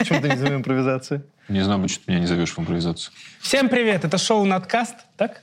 Почему ты не зовешь импровизацией? Не знаю, почему ты меня не зовешь в импровизацию. Всем привет, это шоу «Надкаст», так?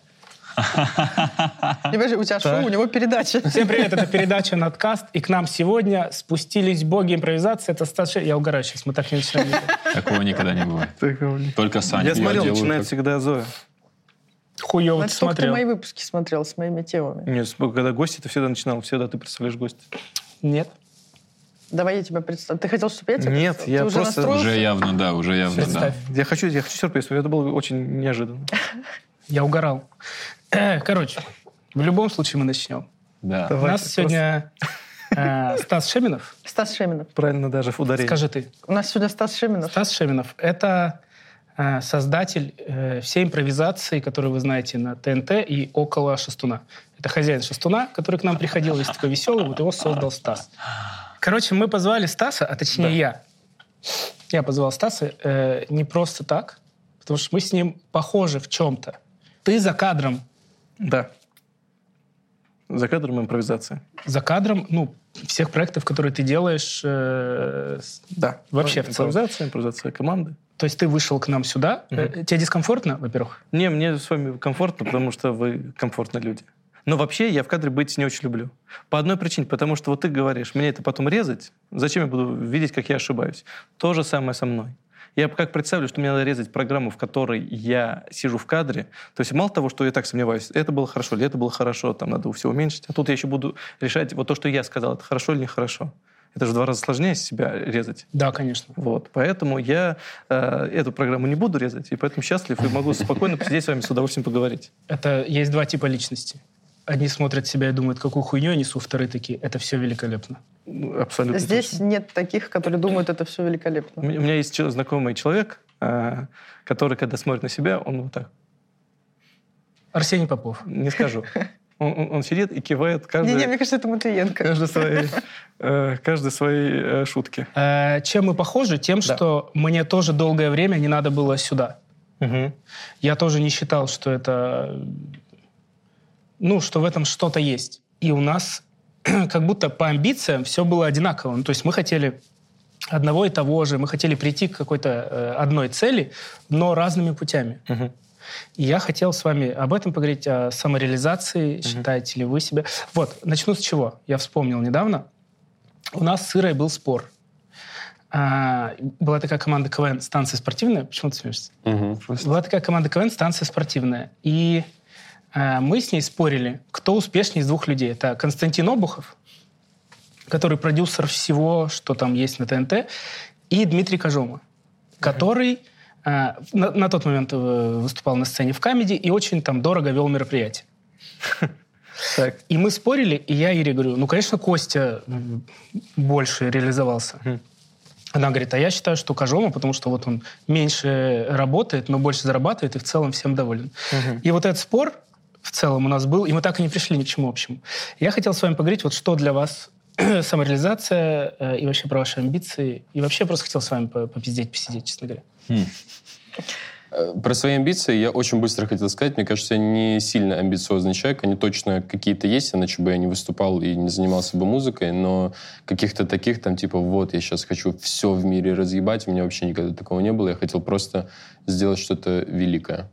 У тебя шоу, у него передача. Всем привет, это передача «Надкаст», и к нам сегодня спустились боги импровизации. Это Стас Я угораю сейчас, мы так не начинаем. Такого никогда не бывает. Только Саня. Я смотрел, начинает всегда Зоя. Хуёво ты Значит, только ты смотрел. мои выпуски смотрел с моими темами. Нет, когда гости, ты всегда начинал, всегда ты представляешь гостя. Нет. Давай я тебя представлю. Ты хотел, чтобы я тебя Нет, представила? я Ты уже просто- настроился? Уже явно, да, уже явно, Представь. да. Я хочу сюрприз, это было очень неожиданно. Я угорал. Короче, в любом случае мы начнем. Да. У Давай, нас сегодня Стас Шеминов. Стас Шеминов. Правильно даже в ударении. Скажи ты. У нас сегодня Стас Шеминов. Стас Шеминов — это создатель всей импровизации, которую вы знаете на ТНТ и около «Шастуна». Это хозяин «Шастуна», который к нам приходил, весь такой веселый, вот его создал Стас. Короче, мы позвали Стаса, а точнее я. Я позвал Стаса не просто так, потому что мы с ним похожи в чем-то. Ты за кадром. Да. За кадром импровизация. За кадром, всех проектов, которые ты делаешь Да. вообще в целом. Импровизация команды. То есть ты вышел к нам сюда. Тебе дискомфортно, во-первых? Не, мне с вами комфортно, потому что вы комфортные люди. Но вообще я в кадре быть не очень люблю. По одной причине, потому что вот ты говоришь, мне это потом резать, зачем я буду видеть, как я ошибаюсь? То же самое со мной. Я как представлю, что мне надо резать программу, в которой я сижу в кадре. То есть мало того, что я так сомневаюсь, это было хорошо или это было хорошо, там надо все уменьшить. А тут я еще буду решать, вот то, что я сказал, это хорошо или нехорошо. Это же в 2 раза сложнее себя резать. Да, конечно. Вот. Поэтому я эту программу не буду резать, и поэтому счастлив и могу спокойно посидеть с вами, с удовольствием поговорить. Это есть 2 типа личности. Одни смотрят себя и думают, какую хуйню я несу, вторые такие, это все великолепно. Абсолютно. Здесь точно. нет таких, которые думают, это все великолепно. У меня есть знакомый человек, который, когда смотрит на себя, он вот так. Арсений Попов. Не скажу. Он сидит и кивает Не, мне кажется, это Матвиенко. каждой своей шутке. Чем мы похожи? Тем, Да. что мне тоже долгое время не надо было сюда. Угу. Я тоже не считал, что это... что в этом что-то есть. И у нас как будто по амбициям все было одинаково. То есть мы хотели одного и того же, мы хотели прийти к какой-то одной цели, но разными путями. Угу. И я хотел с вами об этом поговорить, о самореализации. Считаете ли вы себя? Вот, начну с чего. Я вспомнил недавно. У нас с Ирой был спор. Была такая команда КВН «Станция спортивная». Почему ты смеешься? Была такая команда КВН «Станция спортивная». И мы с ней спорили, кто успешнее из 2 людей. Это Константин Обухов, который продюсер всего, что там есть на ТНТ, и Дмитрий Кожома, который на тот момент выступал на сцене в «Камеди» и очень там дорого вел мероприятие. Так. И мы спорили, и я Ире говорю, конечно, Костя больше реализовался. Она говорит, а я считаю, что Кожома, потому что вот он меньше работает, но больше зарабатывает и в целом всем доволен. И вот этот спор в целом у нас был, и мы так и не пришли ни к чему общему. Я хотел с вами поговорить, вот что для вас самореализация и вообще про ваши амбиции. И вообще просто хотел с вами попиздеть, посидеть, честно говоря. Про свои амбиции я очень быстро хотел сказать. Мне кажется, я не сильно амбициозный человек. Они точно какие-то есть, иначе бы я не выступал и не занимался бы музыкой. Но каких-то таких, там, типа, вот, я сейчас хочу все в мире разъебать. У меня вообще никогда такого не было. Я хотел просто сделать что-то великое.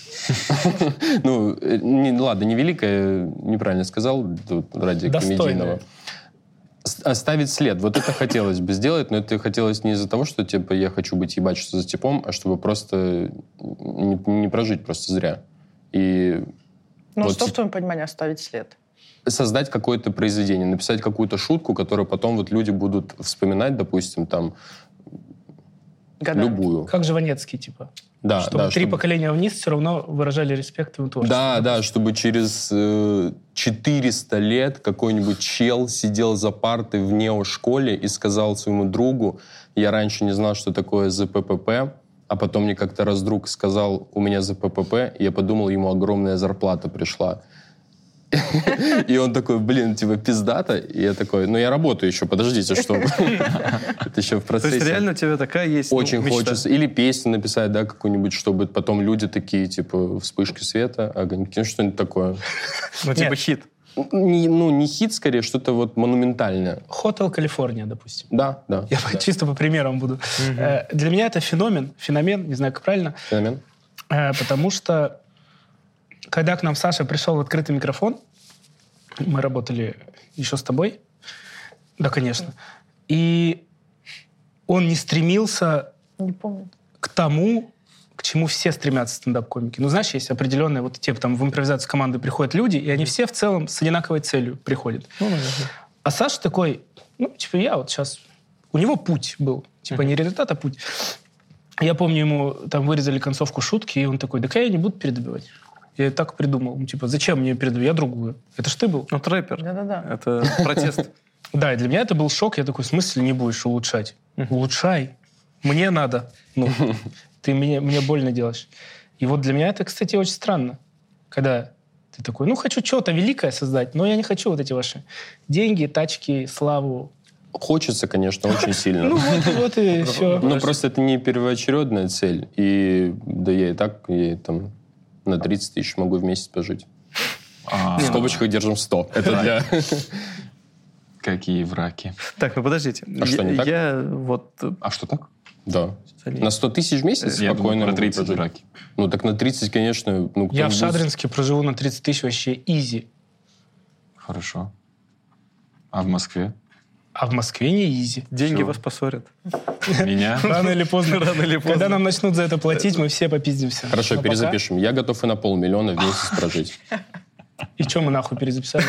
Ладно, не великое, неправильно сказал, ради комедийного. Оставить след. Вот это хотелось бы сделать, но это хотелось не из-за того, что типа я хочу быть ебачиться за типом, а чтобы просто не прожить просто зря. И вот что в твоем понимании оставить след? создать какое-то произведение, написать какую-то шутку, которую потом вот люди будут вспоминать, допустим, там, Годами. любую. Как Жванецкий, типа. Да, чтобы да, 3 поколения вниз все равно выражали респект ему творчеству. Да, чтобы через 400 лет какой-нибудь чел сидел за партой в неошколе и сказал своему другу, я раньше не знал, что такое ЗППП, а потом мне как-то раз друг сказал, у меня ЗППП, и я подумал, ему огромная зарплата пришла. И он такой, блин, типа, пиздата. И я такой, я работаю еще, подождите, что? Это еще в процессе. То есть реально у тебя такая есть Очень мечта? хочется. Или песню написать, да, какую-нибудь, чтобы потом люди такие, типа, вспышки света, огоньки, что-нибудь такое. Типа хит. Не хит, скорее, что-то вот монументальное. Hotel California, допустим. Да. Я чисто по примерам буду. Для меня это феномен, не знаю, как правильно. Феномен. Потому что, когда к нам Саша пришел в открытый микрофон, мы работали еще с тобой, да, конечно, и он не стремился к тому, к чему все стремятся стендап-комики. Ну, знаешь, есть определенные, вот те, там, в импровизацию команды приходят люди, и они все в целом с одинаковой целью приходят. А Саша такой, я вот сейчас... У него путь был. Не результат, а путь. Я помню, ему там вырезали концовку шутки, и он такой, я не буду передобивать. Я и так придумал. Зачем мне передобивать? Я другую. Это ж ты был. Рэпер. Да-да-да. Это протест. Да, и для меня это был шок. Я такой, в смысле не будешь улучшать? Улучшай. Мне надо. Ты мне больно делаешь. И вот для меня это, кстати, очень странно. Когда ты такой, хочу что-то великое создать, но я не хочу вот эти ваши деньги, тачки, славу. Хочется, конечно, очень сильно. Вот и все. Но просто это не первоочередная цель. И да я и так там на 30 тысяч могу в месяц пожить. В скобочках держим 100. Это для... Какие враки. Так, подождите. А что, не так? А что так? Да. На 100 тысяч в месяц я спокойно думаю, про 30 прожить. враки. Так на 30, конечно... Я в Шадринске проживу на 30 тысяч вообще изи. Хорошо. А в Москве? А в Москве не изи. Деньги вас поссорят. Меня? Рано или поздно. Когда нам начнут за это платить, мы все попиздимся. Хорошо, перезапишем. Я готов и на 500 000 в месяц прожить. И что мы нахуй перезаписали?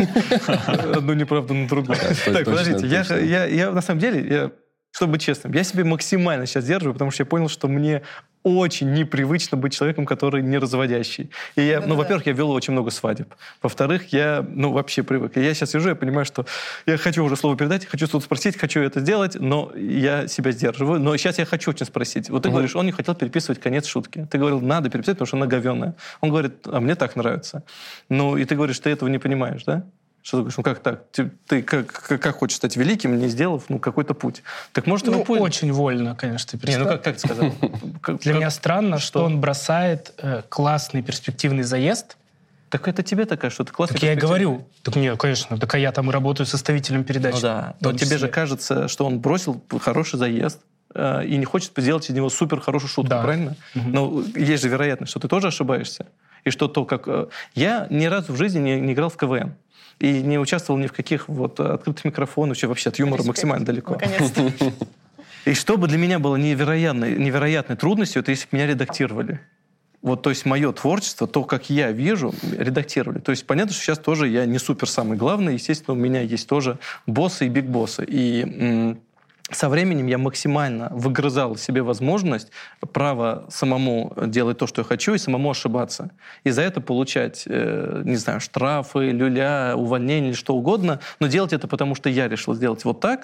Одну неправду на другую. Так, подождите. Я на самом деле, чтобы быть честным, я себе максимально сейчас сдерживаю, потому что я понял, что мне очень непривычно быть человеком, который не разводящий. И я, во-первых, я вел очень много свадеб. Во-вторых, я, вообще привык. И я сейчас сижу, я понимаю, что я хочу уже слово передать, хочу что-то спросить, хочу это сделать, но я себя сдерживаю. Но сейчас я хочу очень спросить. Вот ты говоришь, он не хотел переписывать конец шутки. Ты говорил, надо переписать, потому что она говенная. Он говорит, а мне так нравится. И ты говоришь, ты этого не понимаешь, да? Что ты говоришь, как так? Ты как хочешь стать великим, не сделав какой-то путь? Так может, его путь... очень вольно, конечно, ты представляешь. как ты сказал? Для меня странно, что он бросает классный перспективный заезд. Так это тебе такая, что ты классный. Так я и говорю. Так нет, конечно. Так а я там и работаю составителем передачи. Да. Но тебе же кажется, что он бросил хороший заезд и не хочет сделать из него супер хорошую шутку, правильно? Но есть же вероятность, что ты тоже ошибаешься. И что то, как... Я ни разу в жизни не играл в КВН. И не участвовал ни в каких открытых микрофонах, вообще от юмора максимально далеко. Наконец-то. И что бы для меня было невероятной трудностью, это если бы меня редактировали. То есть мое творчество, то, как я вижу, редактировали. То есть понятно, что сейчас тоже я не супер самый главный. Естественно, у меня есть тоже боссы и биг-боссы. И со временем я максимально выгрызал себе возможность, право самому делать то, что я хочу, и самому ошибаться. И за это получать, не знаю, штрафы, люля, увольнение или что угодно, но делать это потому, что я решил сделать вот так,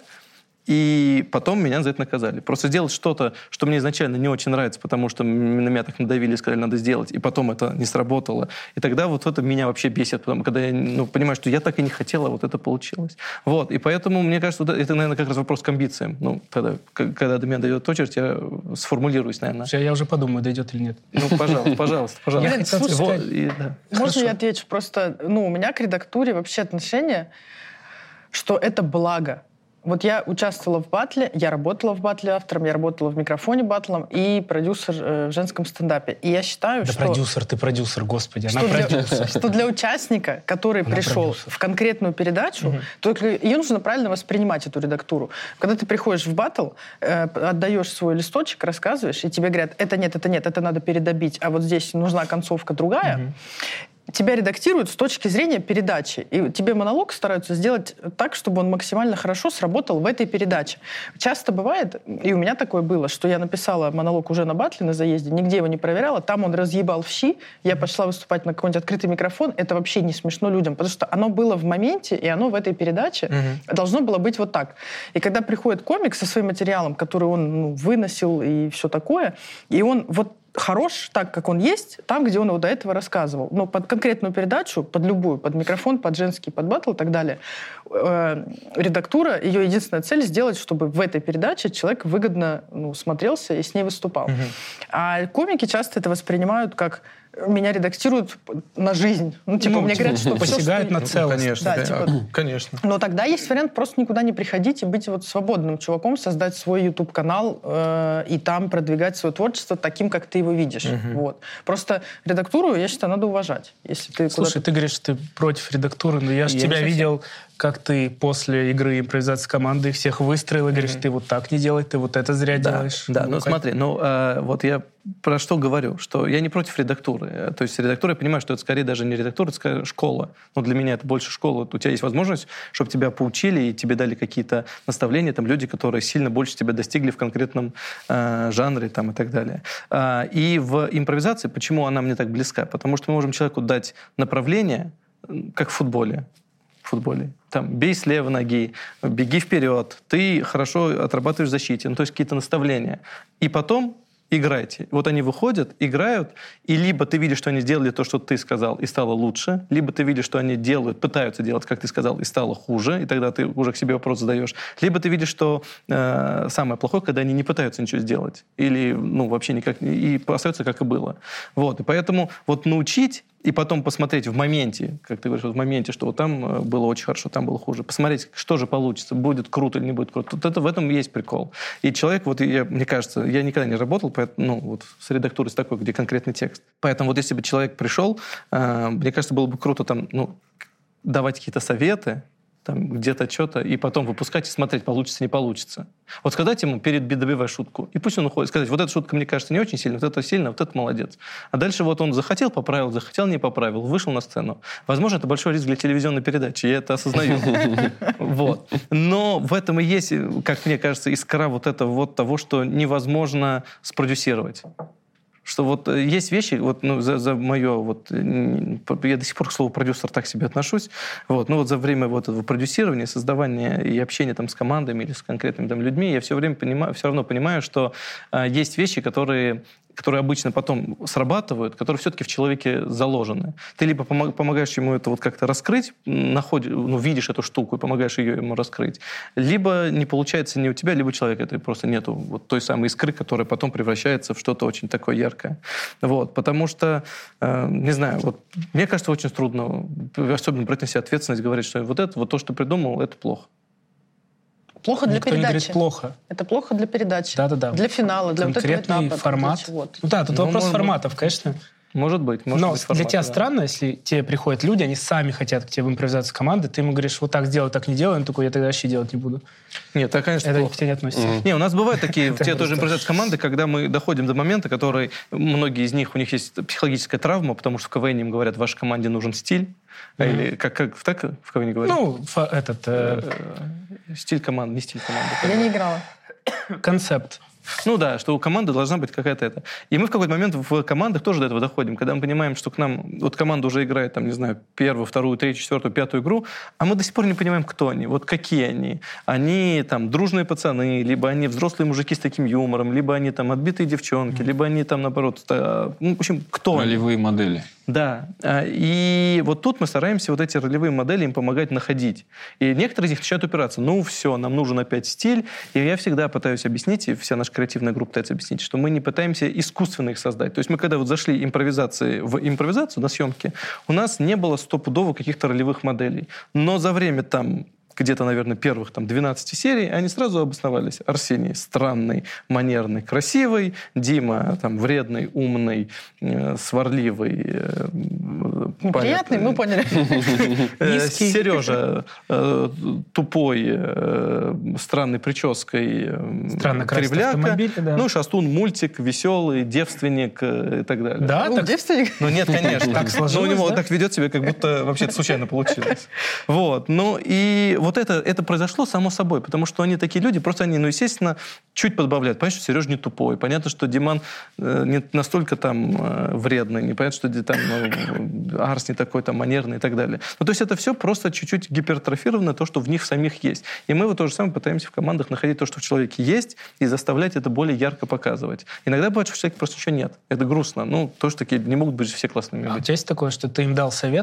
и потом меня за это наказали. Просто сделать что-то, что мне изначально не очень нравится, потому что на меня так надавили и сказали, надо сделать, и потом это не сработало. И тогда это меня вообще бесит, когда я понимаю, что я так и не хотел, а вот это получилось. И поэтому, мне кажется, это, наверное, как раз вопрос к амбициям. Когда до меня дойдет очередь, я сформулируюсь, наверное. Я уже подумаю, дойдет или нет. Пожалуйста. Можно я отвечу? Просто, у меня к редактуре вообще отношение, что это благо. Я участвовала в баттле, я работала в баттле автором, я работала в микрофоне баттлом и продюсер в женском стендапе. И я считаю, что... ты продюсер, господи, она продюсер. Что для участника, который пришел в конкретную передачу, только ее нужно правильно воспринимать, эту редактуру. Когда ты приходишь в баттл, отдаешь свой листочек, рассказываешь, и тебе говорят, это нет, это надо передобить, а вот здесь нужна концовка другая, тебя редактируют с точки зрения передачи. И тебе монолог стараются сделать так, чтобы он максимально хорошо сработал в этой передаче. Часто бывает, и у меня такое было, что я написала монолог уже на баттле, на заезде, нигде его не проверяла, там он разъебал в щи, я пошла выступать на какой-нибудь открытый микрофон, это вообще не смешно людям, потому что оно было в моменте, и оно в этой передаче должно было быть вот так. И когда приходит комик со своим материалом, который он выносил и все такое, и он хорош так, как он есть, там, где он его до этого рассказывал. Но под конкретную передачу, под любую, под микрофон, под женский, под баттл и так далее, редактура, ее единственная цель сделать, чтобы в этой передаче человек выгодно смотрелся и с ней выступал. А комики часто это воспринимают как меня редактируют на жизнь. Ну, типа, мне говорят, что... Посягают на целость. Конечно, Да, типа, конечно. но тогда есть вариант просто никуда не приходить и быть вот свободным чуваком, создать свой YouTube-канал и там продвигать свое творчество таким, как ты его видишь. Вот. Просто редактуру, я считаю, надо уважать. Если ты Слушай, ты говоришь, ты против редактуры, но я же тебя видел, как ты после игры импровизации команды всех выстроил и говоришь, ты вот так не делай, ты вот это зря делаешь. Да, ну смотри, вот я про что говорю, что я не против редактуры. То есть редактура, я понимаю, что это скорее даже не редактура, это скорее школа. Но для меня это больше школа. У тебя есть возможность, чтобы тебя поучили и тебе дали какие-то наставления, там люди, которые сильно больше тебя достигли в конкретном жанре там, и так далее. И в импровизации, почему она мне так близка? Потому что мы можем человеку дать направление, как в футболе. Там, бей с левой ноги, беги вперед, ты хорошо отрабатываешь в защите. Ну, то есть какие-то наставления. И потом играйте. Вот они выходят, играют, и либо ты видишь, что они сделали то, что ты сказал, и стало лучше, либо ты видишь, что они делают, пытаются делать, как ты сказал, и стало хуже, и тогда ты уже к себе вопрос задаешь. Либо ты видишь, что самое плохое, когда они не пытаются ничего сделать. Или, вообще никак, и остается, как и было. Вот. И поэтому вот научить и потом посмотреть в моменте, как ты говоришь, в моменте, что вот там было очень хорошо, там было хуже. Посмотреть, что же получится, будет круто или не будет круто. Вот в этом есть прикол. И человек, мне кажется, я никогда не работал с редактурой с такой, где конкретный текст. Поэтому вот если бы человек пришел, мне кажется, было бы круто там, давать какие-то советы, там где-то что-то, и потом выпускать и смотреть, получится, не получится. Вот сказать ему перед добивая шутку, и пусть он уходит, сказать, вот эта шутка, мне кажется, не очень сильно, вот это сильно, вот это молодец. А дальше вот он захотел, поправил, захотел, не поправил, вышел на сцену. Возможно, это большой риск для телевизионной передачи, я это осознаю. Вот. Но в этом и есть, как мне кажется, искра вот этого вот того, что невозможно спродюсировать. Что вот есть вещи, за мое, я до сих пор к слову продюсер так к себе отношусь, за время этого продюсирования, создавания и общения там с командами или с конкретными там людьми, я все равно понимаю, что есть вещи, которые обычно потом срабатывают, которые все-таки в человеке заложены. Ты либо помогаешь ему это как-то раскрыть, видишь эту штуку и помогаешь ее ему раскрыть, либо не получается ни у тебя, либо у человека это просто нету той самой искры, которая потом превращается в что-то очень такое яркое. Вот. Потому что, не знаю, мне кажется, очень трудно, особенно брать на себя ответственность, говорить, что то, что придумал, это плохо. Плохо для Никто передачи. Не говорит плохо. Это плохо для передачи. Да. Для финала, для конкретный вот этого этапа. формат. Тут вопрос форматов, конечно. Может быть. Но для тебя странно, если тебе приходят люди, они сами хотят к тебе в импровизацию команды, ты ему говоришь, вот так сделай, так не делай, он такой, я тогда вообще делать не буду. Нет, так, конечно, это плохо. к тебе не относится. Не, у нас бывают такие, в те тоже импровизации команды, когда мы доходим до момента, который, многие из них, у них есть психологическая травма, потому что в КВН им говорят, вашей команде нужен стиль. Или как так в КВН говорят? Стиль команды, не стиль команды. Я не играла. Концепт. Что у команды должна быть какая-то это. И мы в какой-то момент в командах тоже до этого доходим, когда мы понимаем, что к нам, команда уже играет, там, не знаю, 1-ю, 2-ю, 3-ю, 4-ю, 5-ю игру, а мы до сих пор не понимаем, кто они, какие они. Они, там, дружные пацаны, либо они взрослые мужики с таким юмором, либо они, там, отбитые девчонки, либо они, там, наоборот, в общем, кто они. Ролевые модели. Да. И тут мы стараемся эти ролевые модели им помогать находить. И некоторые из них начинают упираться. Все, нам нужен опять стиль. И я всегда пытаюсь объяснить, и вся наша креативная группа пытается объяснить, что мы не пытаемся искусственно их создать. То есть мы когда зашли в импровизацию на съемки, у нас не было стопудово каких-то ролевых моделей. Но за время где-то, наверное, первых 12 серий, они сразу обосновались. Арсений странный, манерный, красивый. Дима вредный, умный, сварливый. Приятный, мы поняли. Сережа тупой, странной прической, кривляка. Шастун мультик, веселый, девственник и так далее. Да? Девственник? Нет, конечно. Так сложилось, у него так ведет себя, как будто вообще это случайно получилось. И это произошло само собой, потому что они такие люди, просто они, естественно, чуть подбавляют. Понятно, что Сережа не тупой, понятно, что Диман не настолько вредный, не понятно, что Арс не такой манерный и так далее. То есть это все просто чуть-чуть гипертрофировано, то, что в них самих есть. И мы то же самое пытаемся в командах находить то, что в человеке есть, и заставлять это более ярко показывать. Иногда бывает, что в человеке просто ничего нет. Это грустно. Тоже такие не могут быть все классными. А у тебя есть такое, что ты им дал совет,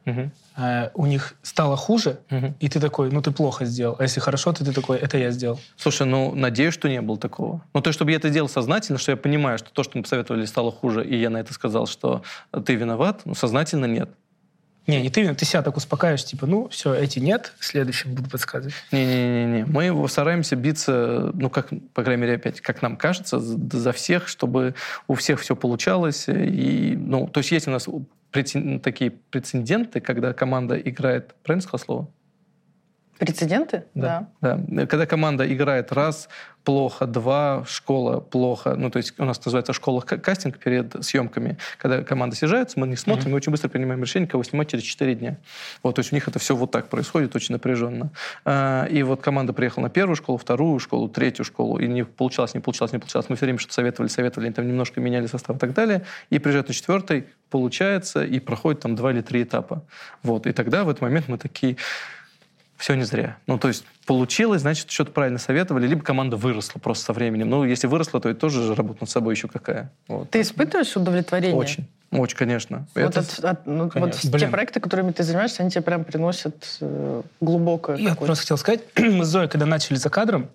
у них стало хуже, и ты такой, ну ты плохо сделал. А если хорошо, то ты такой, это я сделал. Слушай, ну, надеюсь, что не было такого. Ну, то, чтобы я это делал сознательно, что я понимаю, что то, что мы посоветовали, стало хуже, и я на это сказал, что ты виноват, ну, сознательно нет. Не ты виноват, ты себя так успокаиваешь, типа, ну, все, эти нет, следующим буду подсказывать. Не-не-не, мы стараемся биться, ну, как, по крайней мере, опять, как нам кажется, за всех, чтобы у всех все получалось. И, ну, то есть есть у нас такие прецеденты, когда команда играет... Правильно сказал слово? Прецеденты? Да. Когда команда играет раз плохо, два школа плохо. Ну, то есть у нас называется школа кастинг перед съемками. Когда команда съезжается, мы не смотрим, мы очень быстро принимаем решение, кого снимать через 4 дня. Вот, то есть у них это все вот так происходит, очень напряженно. И вот команда приехала на первую школу, вторую школу, третью школу, и не получалось. Мы все время что-то советовали, они там немножко меняли состав и так далее. И приезжают на 4-й, получается, и проходит там 2 или 3 этапа. Вот, и тогда в этот момент мы такие... Все не зря. Ну, то есть получилось, значит, что-то правильно советовали, либо команда выросла просто со временем. Ну, если выросла, то это тоже работа над собой еще какая. Вот. Ты испытываешь удовлетворение? Очень, конечно. Вот, вот те проекты, которыми ты занимаешься, они тебе прям приносят глубокое... Я просто хотел сказать, мы с Зоей, когда начали за кадром,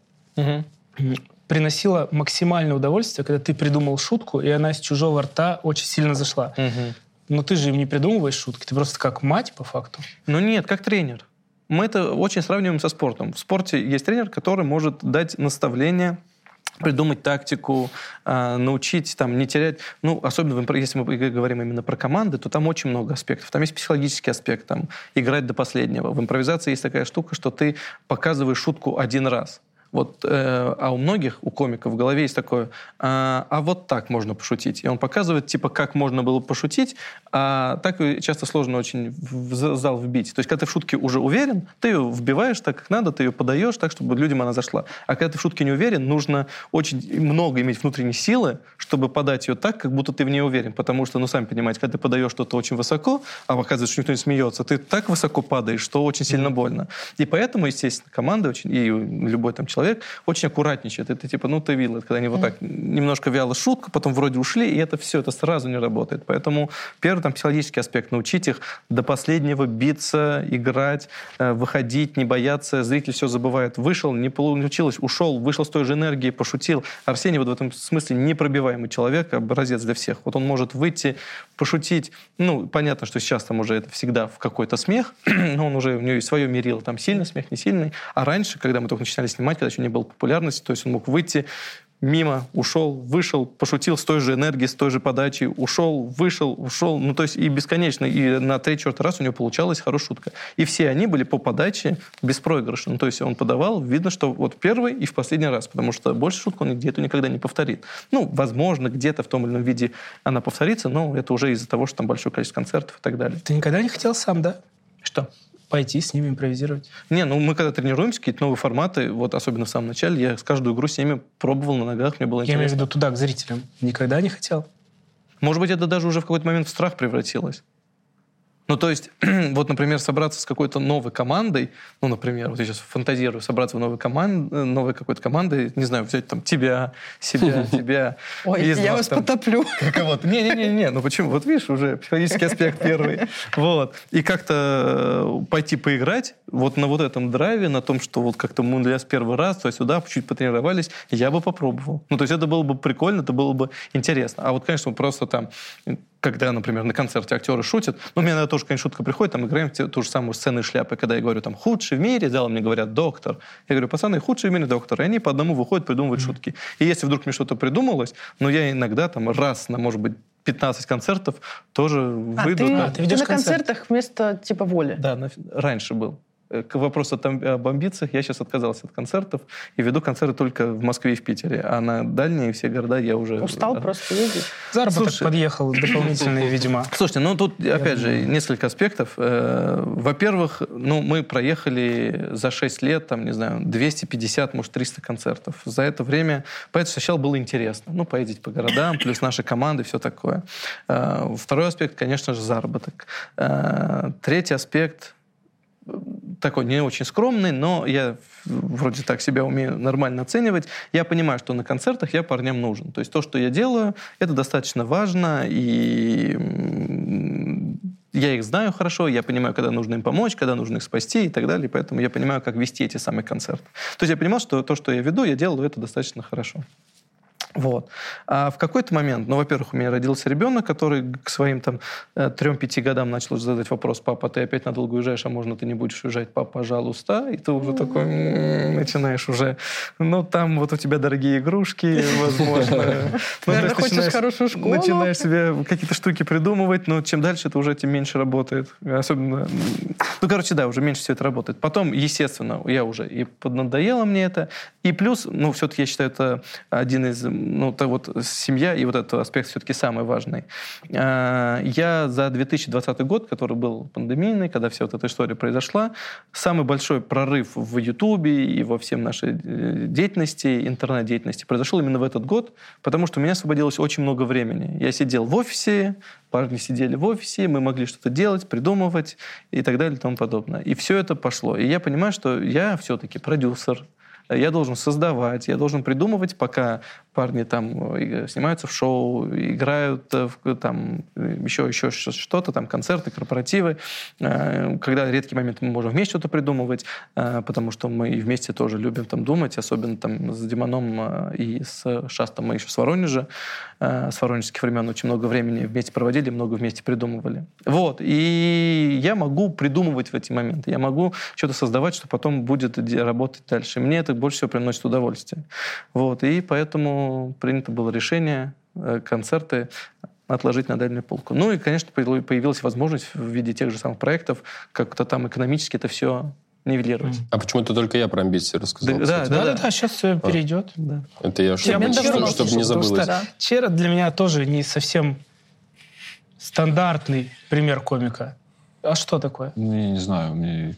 приносило максимальное удовольствие, когда ты придумал шутку, и она из чужого рта очень сильно зашла. Но ты же им не придумываешь шутки, ты просто как мать, по факту. Ну нет, как тренер. Мы это очень сравниваем со спортом. В спорте есть тренер, который может дать наставление, придумать тактику, научить там, не терять... Ну, особенно, если мы говорим именно про команды, то там очень много аспектов. Там есть психологический аспект, там, играть до последнего. В импровизации есть такая штука, что ты показываешь шутку один раз. Вот, а у многих, у комиков в голове есть такое, а вот так можно пошутить. И он показывает, типа, как можно было пошутить, а так часто сложно очень в зал вбить. То есть, когда ты в шутке уже уверен, ты ее вбиваешь так, как надо, ты ее подаешь так, чтобы людям она зашла. А когда ты в шутке не уверен, нужно очень много иметь внутренней силы, чтобы подать ее так, как будто ты в ней уверен. Потому что, ну, сами понимаете, когда ты подаешь что-то очень высоко, а оказывается, что никто не смеется, ты так высоко падаешь, что очень сильно больно. И поэтому, естественно, команда очень, и любой там человек очень аккуратничает. Это типа, ну, ты видел, это когда они вот так немножко вяло шутка, потом вроде ушли, и это все, это сразу не работает. Поэтому первый там психологический аспект, научить их до последнего биться, играть, выходить, не бояться. Зритель все забывает. Вышел, не получилось, ушел, вышел с той же энергией, пошутил. Арсений вот в этом смысле непробиваемый человек, образец для всех. Вот он может выйти, пошутить. Ну, понятно, что сейчас там уже это всегда в какой-то смех, но он уже, у него есть свое мерило, там сильный смех, не сильный. А раньше, когда мы только начинали снимать, когда еще не было популярности, то есть он мог выйти мимо, ушел, вышел, пошутил с той же энергией, с той же подачей, ушел, вышел, ушел. Ну, то есть и бесконечно. И на 3-4 раз у него получалась хорошая шутка. И все они были по подаче беспроигрышны. Ну, то есть он подавал, видно, что вот первый и в последний раз, потому что больше шутку он где-то никогда не повторит. Ну, возможно, где-то в том или ином виде она повторится, но это уже из-за того, что там большое количество концертов и так далее. Ты никогда не хотел сам, да? Что? Пойти с ними импровизировать? Не, ну мы когда тренируемся, какие-то новые форматы, вот особенно в самом начале, я с каждую игру с ними пробовал на ногах, мне было интересно. Я имею в виду туда, к зрителям. Никогда не хотел? Может быть, это даже уже в какой-то момент в страх превратилось. Ну, то есть, вот, например, собраться с какой-то новой командой, ну, например, вот я сейчас фантазирую, собраться в новой какой-то командой, не знаю, взять там тебя, себя. Ой, я вас потоплю. Кого-то. Не, ну почему? Вот видишь, уже психологический аспект первый. Вот. И как-то пойти поиграть вот на вот этом драйве, на том, что вот как-то мы для первый раз, то есть сюда чуть потренировались, я бы попробовал. Ну, то есть это было бы прикольно, это было бы интересно. А вот, конечно, просто там... Когда, например, на концерте актеры шутят, ну, у меня тоже, конечно, шутка приходит, там играем ту же самую сцену шляпы, когда я говорю, там, худший в мире, зал мне говорят, доктор. Я говорю, пацаны, худший в мире доктор. И они по одному выходят, придумывают шутки. И если вдруг мне что-то придумалось, ну, я иногда там раз на, может быть, 15 концертов тоже выйду. Ты на концертах вместо типа воли? Да, раньше был. К вопросу об амбициях, я сейчас отказался от концертов и веду концерты только в Москве и в Питере. А на дальние все города я уже... Устал просто ездить? Заработок подъехал дополнительный, видимо. Слушайте, ну тут, опять же, несколько аспектов. Во-первых, ну, мы проехали за 6 лет, там, не знаю, 250, может, 300 концертов. За это время... Поэтому сначала было интересно. Ну, поездить по городам, плюс наши команды, все такое. Второй аспект, конечно же, заработок. Третий аспект... такой не очень скромный, но я вроде так себя умею нормально оценивать. Я понимаю, что на концертах я парням нужен. То есть то, что я делаю, это достаточно важно, и я их знаю хорошо, я понимаю, когда нужно им помочь, когда нужно их спасти и так далее, поэтому я понимаю, как вести эти самые концерты. То есть я понимал, что то, что я веду, я делаю это достаточно хорошо. Вот. А в какой-то момент, во-первых, у меня родился ребенок, который к своим 3-5 годам начал уже задать вопрос: папа, ты опять надолго уезжаешь, а можно ты не будешь уезжать, папа, пожалуйста? И ты уже такой начинаешь уже, там вот у тебя дорогие игрушки, возможно. Наверное, хочешь хорошую школу. Начинаешь себе какие-то штуки придумывать, но чем дальше, это уже тем меньше работает. Особенно... уже меньше все это работает. Потом, естественно, я уже и поднадоело мне это. И плюс, все-таки я считаю, это один из... семья и вот этот аспект все-таки самый важный. Я за 2020 год, который был пандемийный, когда вся вот эта история произошла, самый большой прорыв в Ютубе и во всем нашей деятельности, интернет-деятельности произошел именно в этот год, потому что у меня освободилось очень много времени. Я сидел в офисе, парни сидели в офисе, мы могли что-то делать, придумывать и так далее и тому подобное. И все это пошло. И я понимаю, что я все-таки продюсер, я должен создавать, я должен придумывать, пока парни снимаются в шоу, играют еще что-то, концерты, корпоративы. Когда редкий момент мы можем вместе что-то придумывать, потому что мы вместе тоже любим думать, особенно с Димоном и с Шастом. Мы еще с Воронежа, с воронежских времен очень много времени вместе проводили, много вместе придумывали. И я могу придумывать в эти моменты, я могу что-то создавать, что потом будет работать дальше. Мне это больше всего приносит удовольствие. И поэтому принято было решение концерты отложить на дальнюю полку. И, конечно, появилась возможность в виде тех же самых проектов как-то экономически это все нивелировать. А почему-то только я про амбиции рассказал? Да, сейчас все перейдет. Да. Это я, чтобы не забылось. Чера для меня тоже не совсем стандартный пример комика. А что такое? Я не знаю.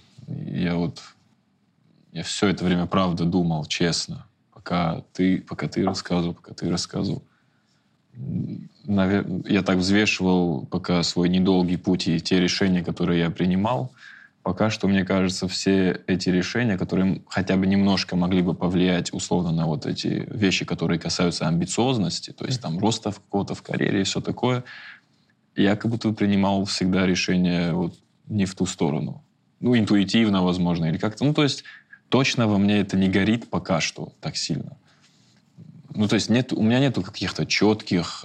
Я все это время, правда, думал, честно. Пока ты рассказывал. Я так взвешивал пока свой недолгий путь и те решения, которые я принимал. Пока что, мне кажется, все эти решения, которые хотя бы немножко могли бы повлиять условно на вот эти вещи, которые касаются амбициозности, то есть роста какого-то в карьере и все такое, я как будто принимал всегда решения не в ту сторону. Интуитивно, возможно, или как-то. То есть точно во мне это не горит пока что так сильно. То есть у меня нету каких-то четких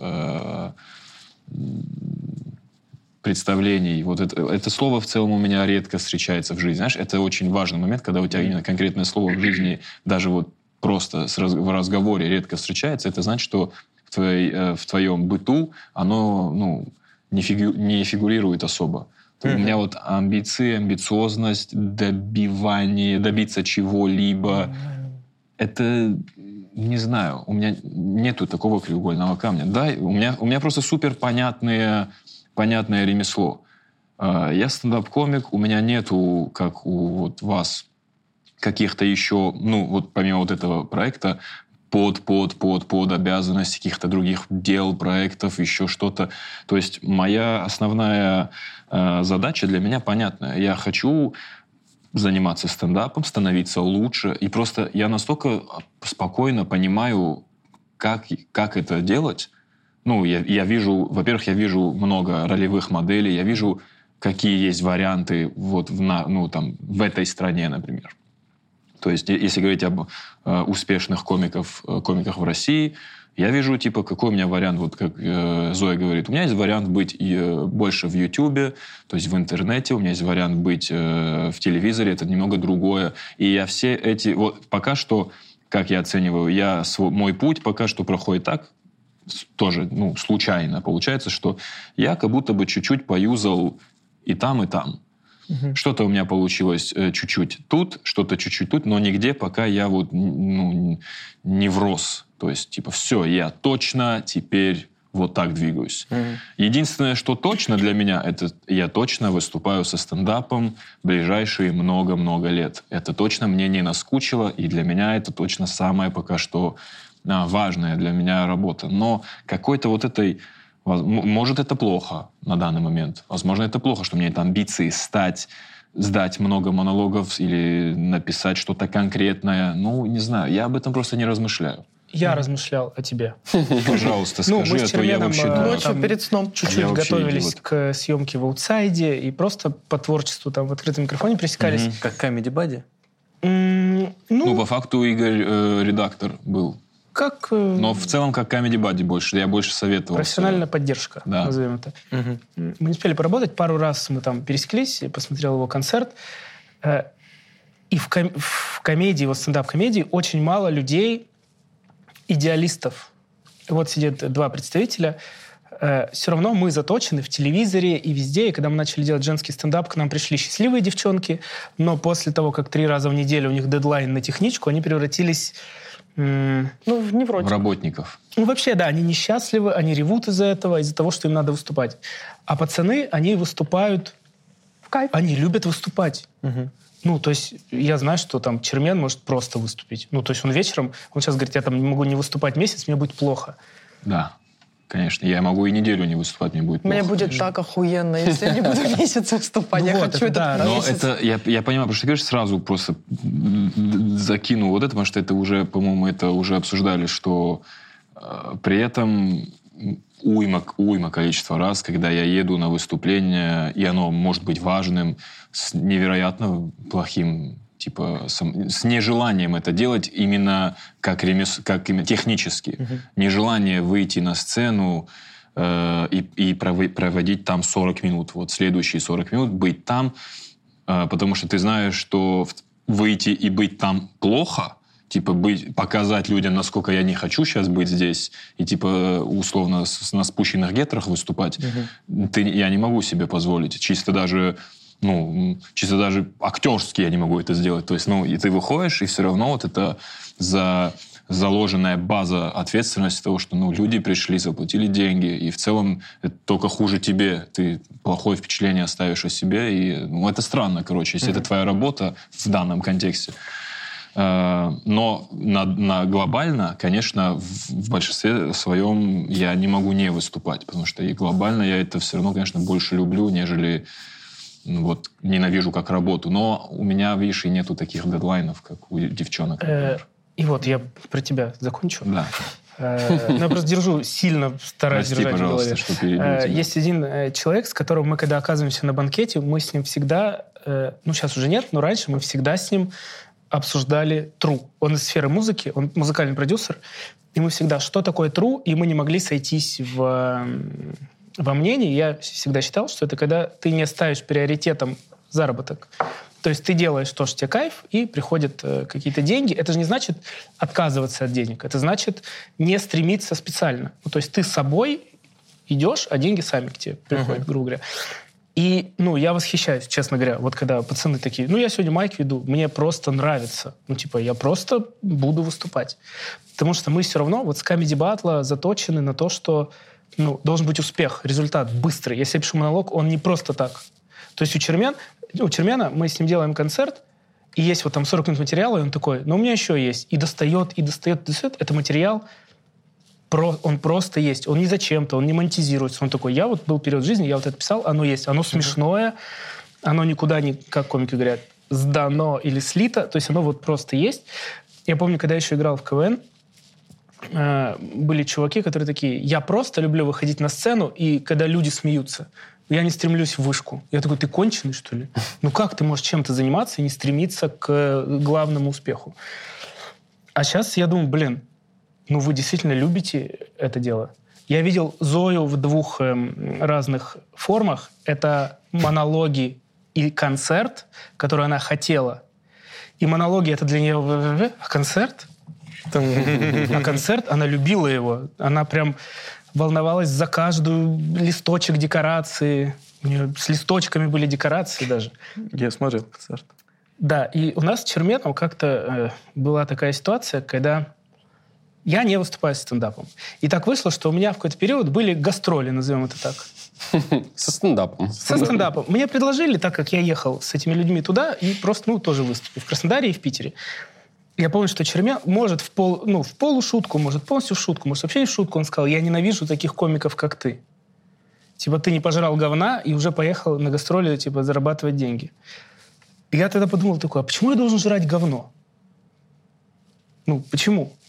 представлений. Это слово в целом у меня редко встречается в жизни. Знаешь, это очень важный момент, когда у тебя именно конкретное слово в жизни даже просто в разговоре редко встречается. Это значит, что в твоем быту оно не фигурирует особо. У меня амбиции, амбициозность, добиться чего-либо. Это, не знаю, у меня нету такого краеугольного камня. Да, у меня просто супер понятное ремесло. Я стендап-комик, у меня нету, как у вас, каких-то еще, помимо этого проекта, под обязанности каких-то других дел, проектов, еще что-то. То есть моя основная задача для меня понятная. Я хочу заниматься стендапом, становиться лучше. И просто я настолько спокойно понимаю, как это делать. Я вижу, во-первых, я вижу много ролевых моделей, я вижу, какие есть варианты в этой стране, например. То есть, если говорить об успешных комиках в России, я вижу, какой у меня вариант, как Зоя говорит. У меня есть вариант быть больше в Ютубе, то есть в интернете. У меня есть вариант быть в телевизоре. Это немного другое. И я все эти... пока что, как я оцениваю, мой путь пока что проходит так, тоже, случайно получается, что я как будто бы чуть-чуть поюзал и там, и там. Что-то у меня получилось чуть-чуть тут, что-то чуть-чуть тут, но нигде пока я не врос. То есть, все, я точно теперь так двигаюсь. Единственное, что точно для меня, это я точно выступаю со стендапом ближайшие много-много лет. Это точно мне не наскучило, и для меня это точно самая пока что важная для меня работа. Но какой-то этой... Может, это плохо на данный момент. Возможно, это плохо, что у меня нет амбиции сдать много монологов или написать что-то конкретное. Не знаю, я об этом просто не размышляю. я размышлял о тебе. Пожалуйста, скажи, мы с а то я Черменом, вообще дурак. Ночью перед сном. Чуть-чуть Я вообще готовились идиот. к съемке в «Аутсайде» и просто по творчеству там в открытом микрофоне пересекались. Как Comedy Buddy? Ну, по факту Игорь редактор был. Как Но в целом как Comedy Buddy больше. Я больше советовал. профессиональная поддержка, Да. назовем это. Мы не успели поработать, пару раз мы там пересеклись, я посмотрел его концерт. И в комедии, вот стендап-комедии, очень мало людей, идеалистов. Вот сидят два представителя. Все равно мы заточены в телевизоре и везде. И когда мы начали делать женский стендап, к нам пришли счастливые девчонки. Но после того, как 3 раза в неделю у них дедлайн на техничку, они превратились... Ну, в В невротик. работников. Ну, вообще, да, они несчастливы, они ревут из-за этого, из-за того, что им надо выступать. А пацаны, они выступают... В кайф. Они любят выступать. Ну, то есть я знаю, что там Чермен может просто выступить. Ну, то есть он вечером, он сейчас говорит, я там не могу не выступать месяц, мне будет плохо. Да, конечно. Я могу и неделю не выступать, мне будет Мне плохо. будет так охуенно, если я не буду месяц выступать. Ну Я вот, хочу это да, этот Но месяц. это, я понимаю, потому что ты говоришь, сразу просто закину вот это, потому что это уже, по-моему, это уже обсуждали, что при этом уйма количества раз, когда я еду на выступление, и оно может быть важным, с невероятно плохим, типа, с нежеланием это делать именно как именно технически. Нежелание выйти на сцену и проводить там 40 минут. Вот следующие 40 минут быть там, потому что ты знаешь, что выйти и быть там плохо, типа показать людям, насколько я не хочу сейчас быть здесь, и типа условно на спущенных гетрах выступать, я не могу себе позволить. Чисто даже актерски я не могу это сделать. То есть, и ты выходишь, и все равно вот это заложенная база ответственности того, что люди пришли, заплатили деньги, и в целом это только хуже тебе. Ты плохое впечатление оставишь о себе, и это странно, короче, если это твоя работа в данном контексте. Но глобально, конечно, в большинстве своем я не могу не выступать, потому что и глобально я это все равно, конечно, больше люблю, нежели ненавижу как работу. Но у меня, видишь, и нету таких дедлайнов, как у девчонок. И вот я про тебя закончу. Да. Я просто стараюсь Прости, держать в пожалуйста, голове. что перебил тебя. Есть один человек, с которым мы, когда оказываемся на банкете, мы с ним всегда, сейчас уже нет, но раньше мы всегда с ним обсуждали true. Он из сферы музыки, он музыкальный продюсер, и мы всегда, что такое true, и мы не могли сойтись во мнении. Я всегда считал, что это когда ты не ставишь приоритетом заработок. То есть ты делаешь то, что тебе кайф, и приходят какие-то деньги. Это же не значит отказываться от денег. Это значит не стремиться специально. То есть ты с собой идешь, а деньги сами к тебе приходят, грубо говоря. И, я восхищаюсь, честно говоря, вот когда пацаны такие, я сегодня майк веду, мне просто нравится. Я просто буду выступать. Потому что мы все равно с Comedy Battle заточены на то, что должен быть успех, результат быстрый. Если я пишу монолог, он не просто так. То есть у Чермена мы с ним делаем концерт, и есть там 40 минут материала, и он такой, у меня еще есть. И достает. Это материал, он просто есть. Он не зачем-то, он не монетизируется. Он такой, был период жизни, я это писал, оно есть. Оно смешное, оно никуда не, как комики говорят, сдано или слито. То есть оно просто есть. Я помню, когда я еще играл в КВН, были чуваки, которые такие, я просто люблю выходить на сцену, и когда люди смеются, я не стремлюсь в вышку. Я такой, ты конченый, что ли? Как ты можешь чем-то заниматься и не стремиться к главному успеху? А сейчас я думаю, вы действительно любите это дело. Я видел Зою в 2 разных формах. Это монологи и концерт, который она хотела. И монологи — это для нее... А концерт? А концерт, она любила его. Она прям волновалась за каждую листочек декорации. У нее с листочками были декорации даже. Я смотрел концерт. Да, и у нас с Черменом как-то была такая ситуация, когда я не выступаю с стендапом. И так вышло, что у меня в какой-то период были гастроли, назовем это так. Со стендапом. Со стендапом. Мне предложили, так как я ехал с этими людьми туда, и просто, тоже выступил в Краснодаре и в Питере. Я помню, что Чермен может в полушутку, может полностью в шутку, может вообще не в шутку. Он сказал, я ненавижу таких комиков, как ты. Ты не пожрал говна и уже поехал на гастроли, зарабатывать деньги. И я тогда подумал такое, а почему я должен жрать говно? Почему?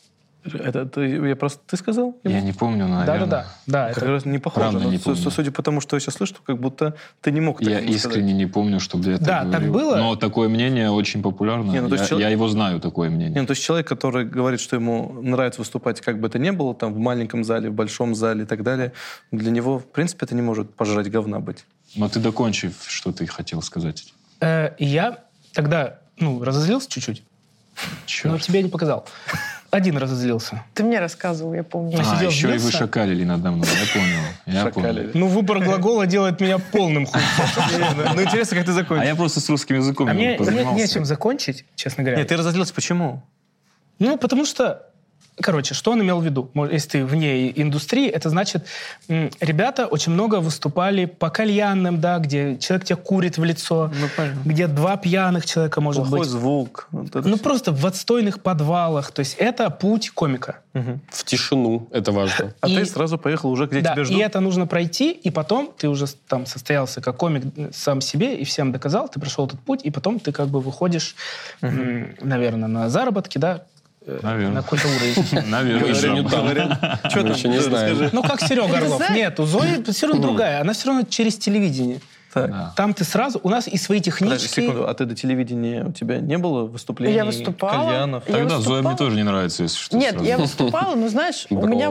Ты сказал? Я не помню, наверное. Да, Как раз не похоже. Правда не помню. Судя по тому, что я сейчас слышу, как будто ты не мог так Я ему искренне не помню, чтобы я так говорил. так было. Но такое мнение очень популярно. Я его знаю, такое мнение. То есть человек, который говорит, что ему нравится выступать, как бы это ни было, там, в маленьком зале, в большом зале и так далее, для него, в принципе, это не может пожрать говна быть. Но ты докончи, что ты хотел сказать. Я тогда, разозлился чуть-чуть. Черт. Но тебе я не показал. Один разозлился. Ты мне рассказывал, я помню. сидел, еще и злился. вы шакалили надо мной, я понял. Выбор глагола делает меня полным хуйцом. Интересно, как ты закончил. А я просто с русским языком А мне позанимался. нечем закончить, честно говоря. Нет, ты разозлился. Почему? Потому что, что он имел в виду? Если ты вне индустрии, это значит, ребята очень много выступали по кальянным, да, где человек тебя курит в лицо, где 2 пьяных человека, может Плохой быть. звук. Просто в отстойных подвалах. То есть это путь комика. В тишину, это важно. А ты сразу поехал уже, где тебя ждут? И это нужно пройти, и потом ты уже там состоялся как комик сам себе и всем доказал, ты прошел этот путь, и потом ты как бы выходишь, наверное, на заработки, да, Наверное. на какой-то уровень. Наверное. Еще не там. Что Мы еще не знаем. Как Серега Орлов. Нет, у Зои все равно другая. Она все равно через телевидение. Да. Там ты сразу... У нас и свои Подожди технические... секунду, а ты до телевидения, у тебя не было выступлений? Я выступала. Кальянов? Я Тогда Зоя мне выступала. тоже не нравится, если что. Нет, сразу. я выступала, но знаешь, у меня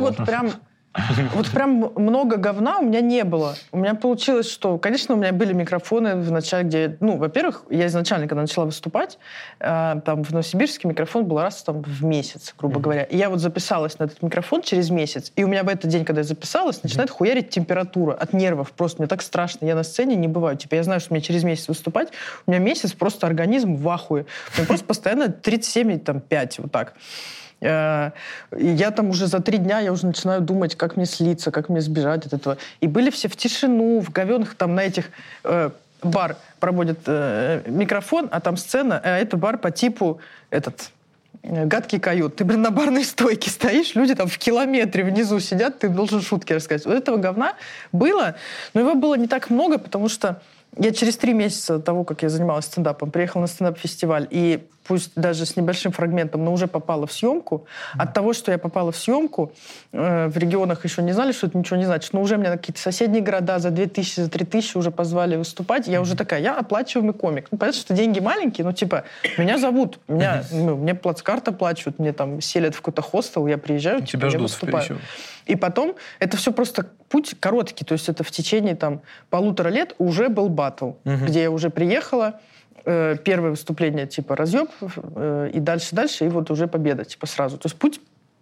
прям много говна у меня не было. У меня получилось, что, конечно, у меня были микрофоны в начале, где, во-первых, я изначально, когда начала выступать, там в Новосибирске микрофон был раз там в месяц, грубо говоря. И я записалась на этот микрофон через месяц, и у меня в этот день, когда я записалась, начинает хуярить температура от нервов. Просто мне так страшно. Я на сцене не бываю. Я знаю, что мне через месяц выступать, у меня месяц просто организм в ахуе. У меня просто постоянно 37,5, вот так. Я там уже за 3 дня я уже начинаю думать, как мне слиться, как мне сбежать от этого. И были все в тишину, в говёных там на этих... бар проводит микрофон, а там сцена, а это бар по типу гадкий койот. Ты, на барной стойке стоишь, люди там в километре внизу сидят, ты должен шутки рассказать. Вот этого говна было, но его было не так много, потому что я через 3 месяца того, как я занималась стендапом, приехала на стендап-фестиваль, и пусть даже с небольшим фрагментом, но уже попала в съемку. От того, что я попала в съемку, в регионах еще не знали, что это ничего не значит, но уже меня на какие-то соседние города за 2000, за 3000 уже позвали выступать. Я уже такая, я оплачиваемый комик. Понятно, что деньги маленькие, но меня зовут, мне плацкарт оплачивают, мне там селят в какой-то хостел, я приезжаю, тебя я ждут выступаю. И потом это все просто путь короткий, то есть это в течение 1,5 лет уже был баттл, где я уже приехала, первое выступление, разъеб, и дальше, и вот уже победа, сразу. То есть путь,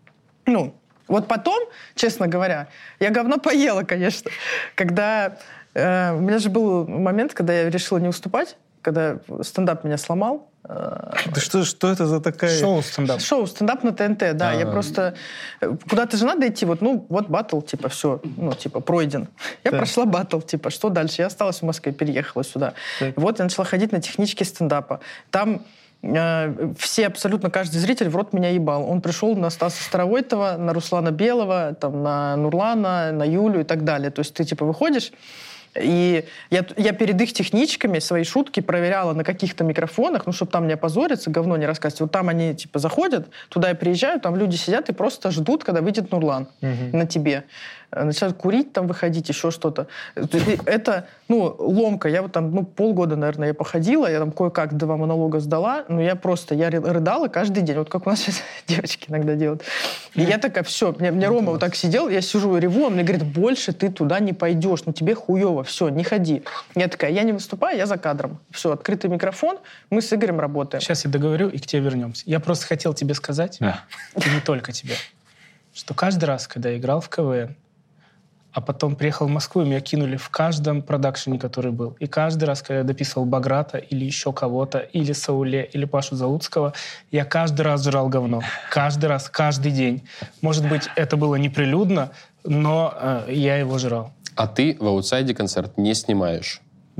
вот потом, честно говоря, я говна поела, конечно, когда... у меня же был момент, когда я решила не выступать, когда стендап меня сломал. Да что это за такая... Шоу-стендап. Шоу-стендап на ТНТ, да. Я просто... Куда-то же надо идти, вот баттл, все, пройден. Я прошла баттл, что дальше? Я осталась в Москве, переехала сюда. Вот я начала ходить на технические стендапа. Там все, абсолютно каждый зритель в рот меня ебал. Он пришел на Стаса Старовойтова, на Руслана Белого, на Нурлана, на Юлю и так далее. То есть ты, выходишь, и я перед их техничками свои шутки проверяла на каких-то микрофонах, чтобы там не опозориться, говно не рассказывать. Вот там они, заходят, туда я приезжаю, там люди сидят и просто ждут, когда выйдет Нурлан на тебе. Начинают курить, выходить, еще что-то. Это, ломка. Я полгода, наверное, я походила, я кое-как 2 монолога сдала, но я рыдала каждый день, вот как у нас сейчас девочки иногда делают. И я такая, все, мне Рома вот так сидел, я сижу и реву, он мне говорит, больше ты туда не пойдешь, тебе хуево, все, не ходи. Я такая, я не выступаю, я за кадром. Все, открытый микрофон, мы с Игорем работаем. Сейчас я договорю, и к тебе вернемся. Я просто хотел тебе сказать, и не только тебе, что каждый раз, когда я играл в КВН, а потом приехал в Москву, и меня кинули в каждом продакшене, который был. И каждый раз, когда я дописывал Баграта или еще кого-то, или Сауле, или Пашу Залуцкого, я каждый раз жрал говно. Каждый раз, каждый день. Может быть, это было неприлюдно, но я его жрал. А ты в аутсайде концерт не снимаешь?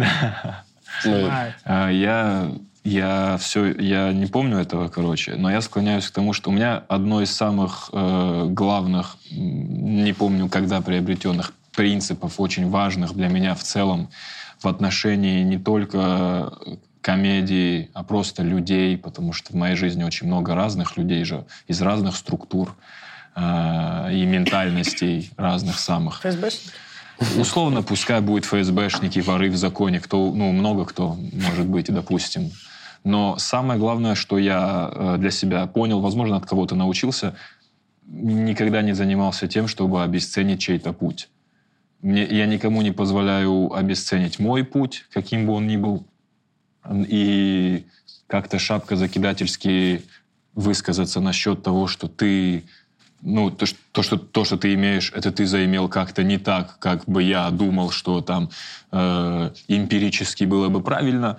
Я не помню этого, но я склоняюсь к тому, что у меня одно из самых главных, не помню, когда приобретенных принципов, очень важных для меня в целом в отношении не только комедии, а просто людей, потому что в моей жизни очень много разных людей же, из разных структур и ментальностей разных самых. ФСБшники? Условно, пускай будет ФСБшники, воры в законе, много кто может быть, допустим. Но самое главное, что я для себя понял, возможно, от кого-то научился, никогда не занимался тем, чтобы обесценить чей-то путь. Я никому не позволяю обесценить мой путь, каким бы он ни был, и как-то шапкозакидательски высказаться насчет того, что ты... то, что ты имеешь, это ты заимел как-то не так, как бы я думал, что там эмпирически было бы правильно.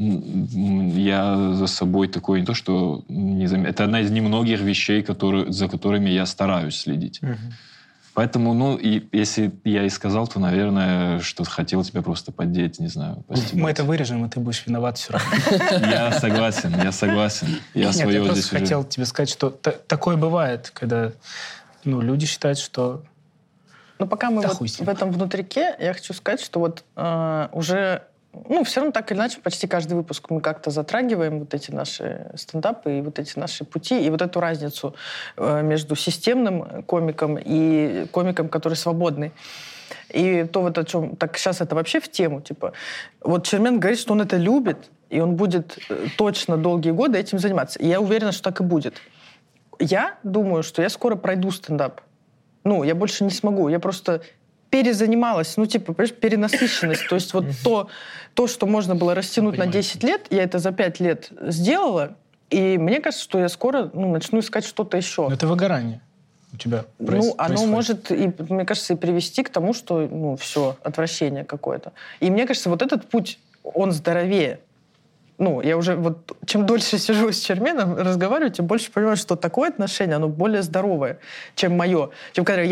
Я за собой такой не то, что не заметил. Это одна из немногих вещей, за которыми я стараюсь следить. Поэтому, и если я и сказал, то, наверное, что хотел тебя просто поддеть, не знаю. Мы это вырежем, и ты будешь виноват все равно. Я согласен. Я просто хотел тебе сказать, что такое бывает, когда люди считают, что... Но пока мы в этом внутрике, я хочу сказать, что уже... все равно так или иначе почти каждый выпуск мы как-то затрагиваем вот эти наши стендапы и вот эти наши пути, и вот эту разницу между системным комиком и комиком, который свободный. И то вот о чем... Так сейчас это вообще в тему, Вот Чермен говорит, что он это любит, и он будет точно долгие годы этим заниматься. И я уверена, что так и будет. Я думаю, что я скоро пройду стендап. Я больше не смогу. Я просто... перезанималась, перенасыщенность. То есть то, что можно было растянуть на 10 лет, я это за 5 лет сделала, и мне кажется, что я скоро начну искать что-то еще. Но это выгорание у тебя происходит. Оно может, мне кажется, и привести к тому, что, все, отвращение какое-то. И мне кажется, вот этот путь, он здоровее. Я уже чем дольше сижу с Черменом, разговариваю, тем больше понимаю, что такое отношение, оно более здоровое, чем мое. Чем когда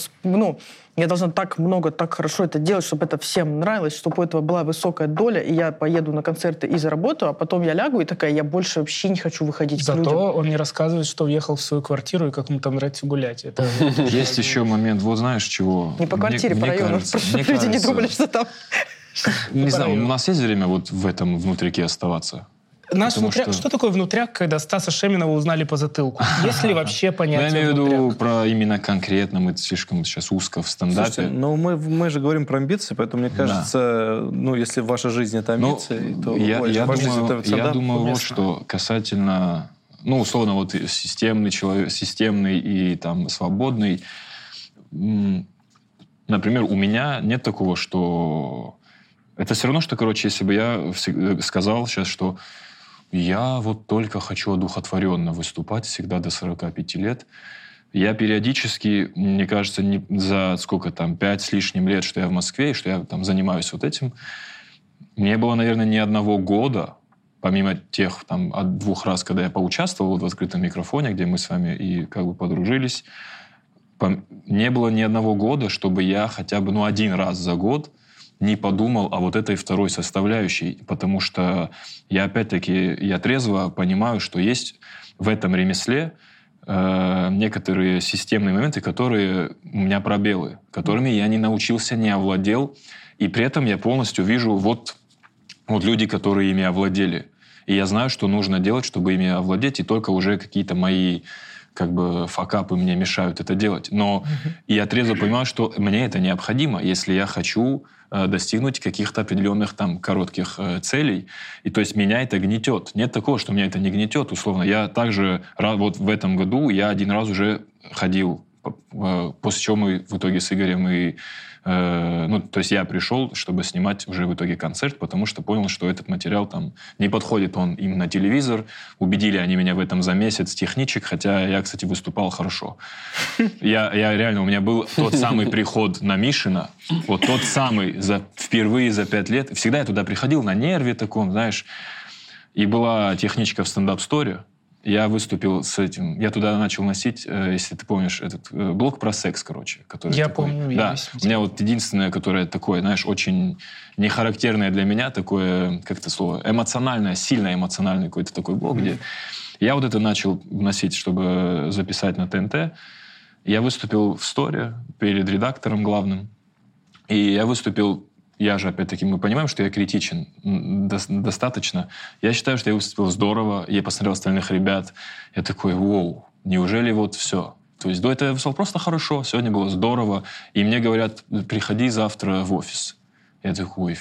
я должна так много, так хорошо это делать, чтобы это всем нравилось, чтобы у этого была высокая доля, и я поеду на концерты и заработаю, а потом я лягу и такая, я больше вообще не хочу выходить к людям. Зато он не рассказывает, что уехал в свою квартиру и как ему там нравится гулять. Есть еще момент, знаешь чего? Не по квартире, по району, просто чтобы люди не думали, что там... Не знаю, у нас есть время в этом внутрике оставаться? Что такое внутряк, когда Стаса Шеминова узнали по затылку? Есть ли вообще понятие я имею в виду внутряк? про именно конкретно, мы слишком сейчас узко в стендапе. Слушайте, мы же говорим про амбиции, поэтому мне кажется, если в вашей жизни это амбиции, то я думаю, вот что касательно, условно, системный человек, системный и там свободный. Например, у меня нет такого, что... Это все равно, что, если бы я сказал сейчас, что я только хочу одухотворенно выступать всегда до 45 лет. Я периодически, мне кажется, за 5 с лишним лет, что я в Москве, и что я там занимаюсь этим, не было, наверное, ни одного года, помимо тех 2 раз, когда я поучаствовал в открытом микрофоне, где мы с вами и подружились, не было ни одного года, чтобы я хотя бы 1 раз за год не подумал о этой второй составляющей, потому что я трезво понимаю, что есть в этом ремесле некоторые системные моменты, которые у меня пробелы, которыми я не научился, не овладел, и при этом я полностью вижу люди, которые ими овладели. И я знаю, что нужно делать, чтобы ими овладеть, и только уже какие-то мои факапы мне мешают это делать. Но я трезво понимаю, что мне это необходимо, если я хочу достигнуть каких-то определенных коротких целей. И то есть меня это гнетет. Нет такого, что меня это не гнетет, условно. Я также в этом году я 1 раз уже ходил, после чего мы в итоге с Игорем то есть я пришел, чтобы снимать уже в итоге концерт, потому что понял, что этот материал не подходит он им на телевизор. Убедили они меня в этом за месяц техничек, хотя я, кстати, выступал хорошо. Я реально, у меня был тот самый приход на Мишина, тот самый, впервые за 5 лет. Всегда я туда приходил на нерве таком, знаешь. И была техничка в стендап-сторе. Я выступил с этим. Я туда начал носить, если ты помнишь, этот блог про секс, который... Я помню. Да. У меня единственное, которое такое, знаешь, очень нехарактерное для меня, такое, как это слово, эмоциональное, сильно эмоциональный какой-то такой блог, где я это начал носить, чтобы записать на ТНТ. Я выступил в сторе перед редактором главным. И я выступил я же, опять-таки, мы понимаем, что я критичен достаточно. Я считаю, что я выступил здорово, я посмотрел остальных ребят, я такой, вау, неужели вот все? То есть до этого я выступал просто хорошо, сегодня было здорово, и мне говорят, приходи завтра в офис. Я такой,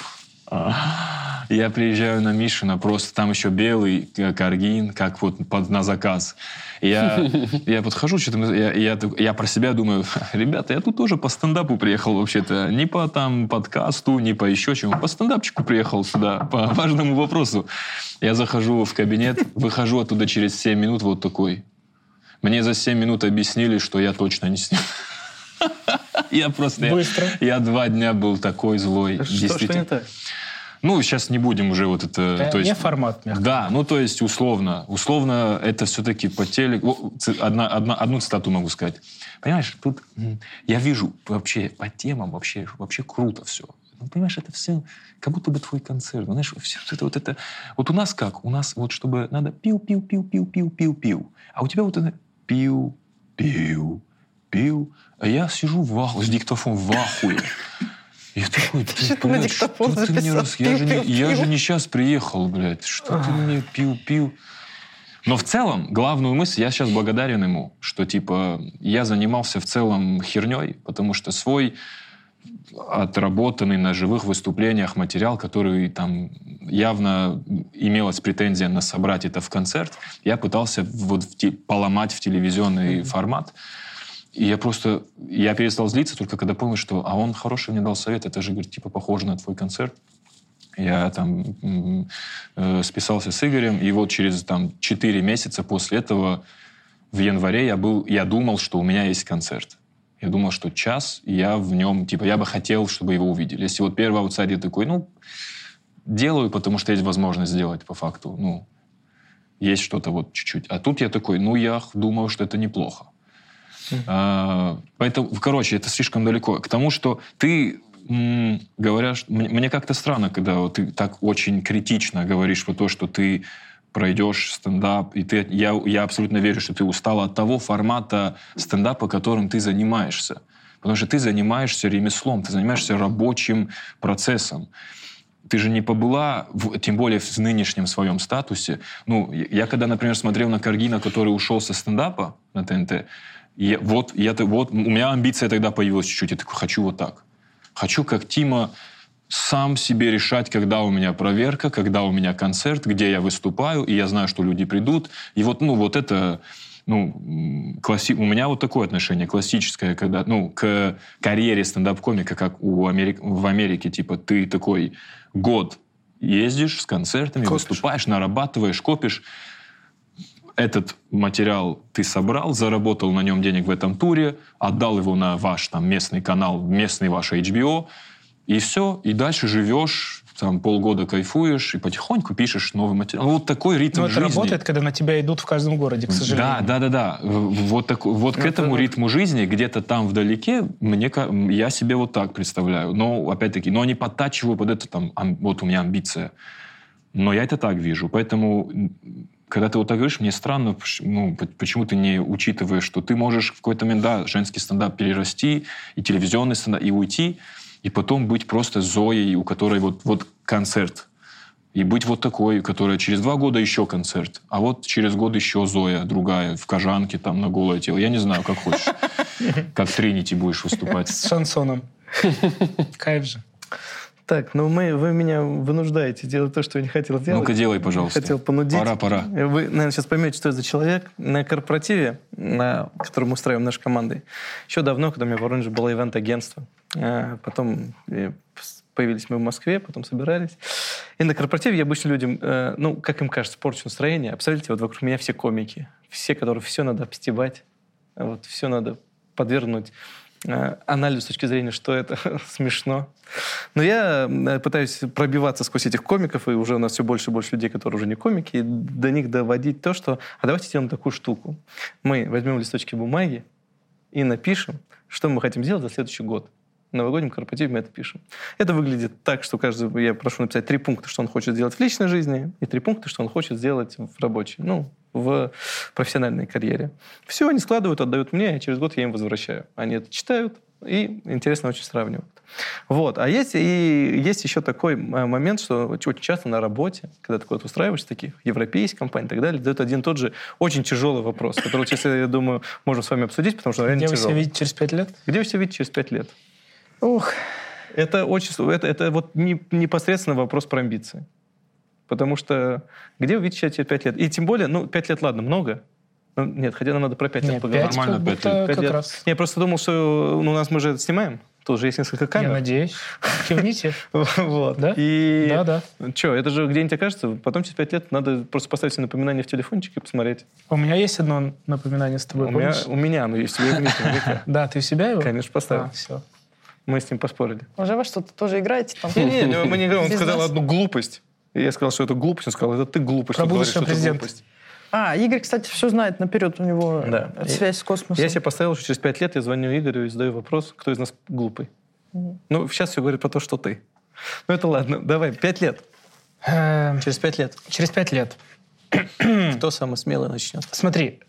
я приезжаю на Мишина, просто там еще белый Каргин, как вот на заказ. Я подхожу, что-то, я про себя думаю, ребята, я тут тоже по стендапу приехал вообще-то. Не по там подкасту, не по еще чему. По стендапчику приехал сюда, по важному вопросу. Я захожу в кабинет, выхожу оттуда через 7 минут вот такой. Мне за 7 минут объяснили, что я точно не с ним. Я просто... Быстро. Я 2 дня был такой злой. Что не так? Ну, сейчас не будем уже вот это... Не формат, мягко. Да, ну, то есть, условно это все-таки по телеку... Одну цитату могу сказать. Понимаешь, тут я вижу вообще по темам вообще круто все. Ну, понимаешь, это все как будто бы твой концерт. Знаешь, все это... Вот у нас как? У нас вот чтобы надо пил. А у тебя вот это пил. А я сижу в ахуе, с диктофоном в ахуе. Я такой, я же не сейчас приехал, блядь. Что ты мне пил? Но в целом, главную мысль, я сейчас благодарен ему, что, типа, я занимался в целом херней, потому что свой отработанный на живых выступлениях материал, который там явно имелась претензия на собрать это в концерт, я пытался вот поломать в телевизионный формат. И я перестал злиться только когда понял, что он хороший мне дал совет, это же, говорит, типа, похоже на твой концерт. Я там списался с Игорем, и вот через 4 месяца после этого в январе я думал, что у меня есть концерт. Я думал, что час, и я в нем, типа, я бы хотел, чтобы его увидели. Если вот первый аутсайдер такой, делаю, потому что есть возможность сделать по факту, есть что-то вот чуть-чуть. А тут я такой, я думаю, что это неплохо. Поэтому, короче, это слишком далеко. К тому, что ты говоришь... Мне как-то странно, когда вот ты так очень критично говоришь про то, что ты пройдешь стендап, и я абсолютно верю, что ты устал от того формата стендапа, которым ты занимаешься. Потому что ты занимаешься ремеслом, ты занимаешься рабочим процессом. Ты же не побыла, тем более в нынешнем своем статусе. Я когда, например, смотрел на Каргина, который ушел со стендапа на ТНТ, у меня амбиция тогда появилась чуть-чуть. Я такой, хочу вот так. Хочу, как Тима, сам себе решать, когда у меня проверка, когда у меня концерт, где я выступаю, и я знаю, что люди придут. И вот это... у меня вот такое отношение классическое, когда, к карьере стендап-комика, как в Америке, типа, ты такой год ездишь с концертами, выступаешь, нарабатываешь, копишь. Этот материал ты собрал, заработал на нем денег в этом туре, отдал его на ваш местный канал, местный ваш HBO, и все, и дальше живешь, полгода кайфуешь, и потихоньку пишешь новый материал. Вот такой ритм жизни. Но это работает, когда на тебя идут в каждом городе, к сожалению. Да. Вот к этому ритму жизни, где-то там вдалеке, я себе вот так представляю. Но, опять-таки, не подтачиваю под это, вот у меня амбиция. Но я это так вижу. Поэтому... Когда ты вот так говоришь, мне странно, почему ты не учитываешь, что ты можешь в какой-то момент, женский стендап перерасти, и телевизионный стендап, и уйти, и потом быть просто Зоей, у которой вот концерт. И быть вот такой, которая через 2 года еще концерт, а вот через год еще Зоя, другая, в кожанке, на голое тело. Я не знаю, как хочешь. Как Тринити будешь выступать. С шансоном. Кайф же. Так, вы меня вынуждаете делать то, что я не хотел делать. Ну-ка, делай, пожалуйста. Хотел понудить. Пора. Вы, наверное, сейчас поймете, что это за человек. На корпоративе, который мы устраиваем нашей командой, еще давно, когда у меня в Воронеже было ивент-агентство, потом появились мы в Москве, потом собирались. И на корпоративе я обычно людям, как им кажется, порчу настроение. Абсолютно, вот вокруг меня все комики. Все, которые все надо обстебать, все надо подвергнуть анализ с точки зрения, что это смешно. Но я пытаюсь пробиваться сквозь этих комиков, и уже у нас все больше и больше людей, которые уже не комики, и до них доводить то, что давайте сделаем такую штуку. Мы возьмем листочки бумаги и напишем, что мы хотим сделать за следующий год. В новогоднем корпоративе мы это пишем. Это выглядит так, что я прошу написать 3 пункта, что он хочет сделать в личной жизни, и 3 пункта, что он хочет сделать в рабочей, в профессиональной карьере. Все они складывают, отдают мне, и через год я им возвращаю. Они это читают, И интересно очень сравнивать. Вот. А есть еще такой момент, что очень часто на работе, когда ты куда-то устраиваешься, таких европейских компаний и так далее, дают один и тот же очень тяжелый вопрос, который, честно, я думаю, можем с вами обсудить, потому что он реально тяжелый. Где вы себя видите через 5 лет? Где вы себя видите через 5 лет? Ух. Это вот непосредственно вопрос про амбиции. Потому что где вы видите себя через 5 лет? И тем более, 5 лет, ладно, много. Нет, хотя нам надо про 5 лет поговорить. 5 Нормально, как будто 5 как лет. раз. Я просто думал, что мы же это снимаем. Тут же есть несколько камер. Я надеюсь. Кивните. Вот. Да? И Да. что, это же где-нибудь окажется, потом через 5 лет надо просто поставить себе напоминание в телефончик и посмотреть. У меня есть одно напоминание с тобой, помнишь? У меня оно есть, у тебя его нет. Да, ты у себя его? Конечно, поставил. Все. Мы с ним поспорили. Уже во что-то тоже играете там? Не, мы не играем. Он Без сказал нас? одну глупость. И я сказал, что это глупость. Он сказал, это ты глупость. Про что говоришь, будущего что это президента. глупость. Игорь, кстати, все знает наперед. У него Да. связь с космосом. Я себе поставил, что через 5 лет я звоню Игорю и задаю вопрос, кто из нас глупый. Сейчас все говорит про то, что ты. Это ладно. Давай, 5 лет. Через 5 лет. Через 5 лет. Кто самый смелый начнет? Смотри,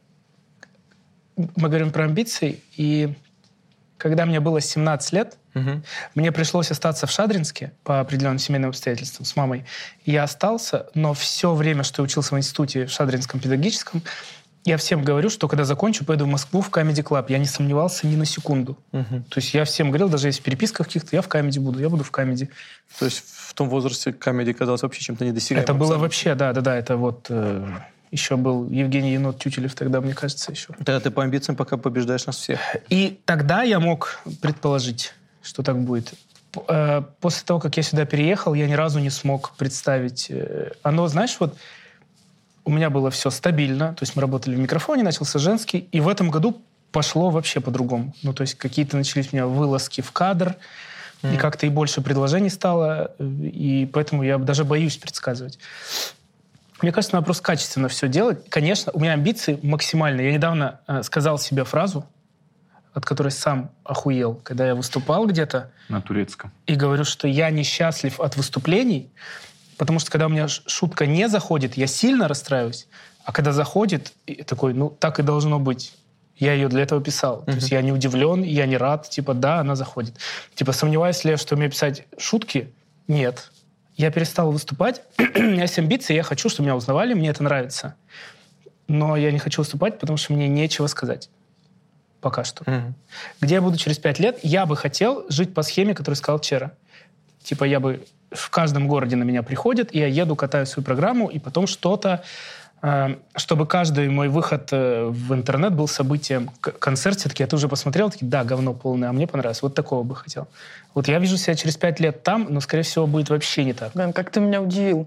мы говорим про амбиции, и когда мне было 17 лет, мне пришлось остаться в Шадринске по определенным семейным обстоятельствам с мамой. Я остался, но все время, что я учился в институте в Шадринском педагогическом, я всем говорю, что когда закончу, поеду в Москву в Comedy Club. Я не сомневался ни на секунду. То есть я всем говорил, даже если в переписках каких-то, я в Comedy буду, я буду в Comedy. То есть в том возрасте комедия казалась вообще чем-то недосягаемым. Это было вообще, да, это вот... Еще был Евгений Енот Тютелев тогда, мне кажется, еще. Тогда ты по амбициям пока побеждаешь нас всех. И тогда я мог предположить, что так будет. После того, как я сюда переехал, я ни разу не смог представить. Оно, знаешь, вот у меня было все стабильно. То есть мы работали в микрофоне, начался женский. И в этом году пошло вообще по-другому. То есть какие-то начались у меня вылазки в кадр. И как-то и больше предложений стало. И поэтому я даже боюсь предсказывать. Мне кажется, надо просто качественно все делать. Конечно, у меня амбиции максимальные. Я недавно сказал себе фразу, от которой сам охуел, когда я выступал где-то. На турецком. И говорю, что я несчастлив от выступлений, потому что когда у меня шутка не заходит, я сильно расстраиваюсь. А когда заходит, я такой, так и должно быть. Я ее для этого писал. То есть я не удивлен, я не рад. Да, она заходит. Сомневаюсь ли я, что умею писать шутки? Нет. Я перестал выступать. У меня есть амбиции, я хочу, чтобы меня узнавали, мне это нравится. Но я не хочу выступать, потому что мне нечего сказать. Пока что. Где я буду через 5 лет? Я бы хотел жить по схеме, которую сказал вчера. Я бы... В каждом городе на меня приходят, и я еду, катаю свою программу, и потом что-то... Чтобы каждый мой выход в интернет был событием. Концерт все-таки, ты уже посмотрел, такие, да, говно полное, а мне понравилось. Вот такого бы хотел. Вот я вижу себя через 5 лет там, но, скорее всего, будет вообще не так. Как ты меня удивил.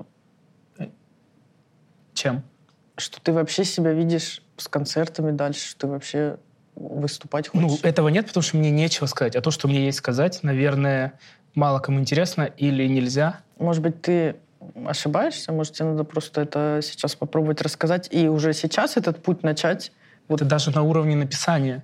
Чем? Что ты вообще себя видишь с концертами дальше, что ты вообще выступать хочешь. Этого нет, потому что мне нечего сказать. А то, что мне есть сказать, наверное, мало кому интересно или нельзя. Может быть, ты ошибаешься? Может, тебе надо просто это сейчас попробовать рассказать и уже сейчас этот путь начать? Это даже на уровне написания.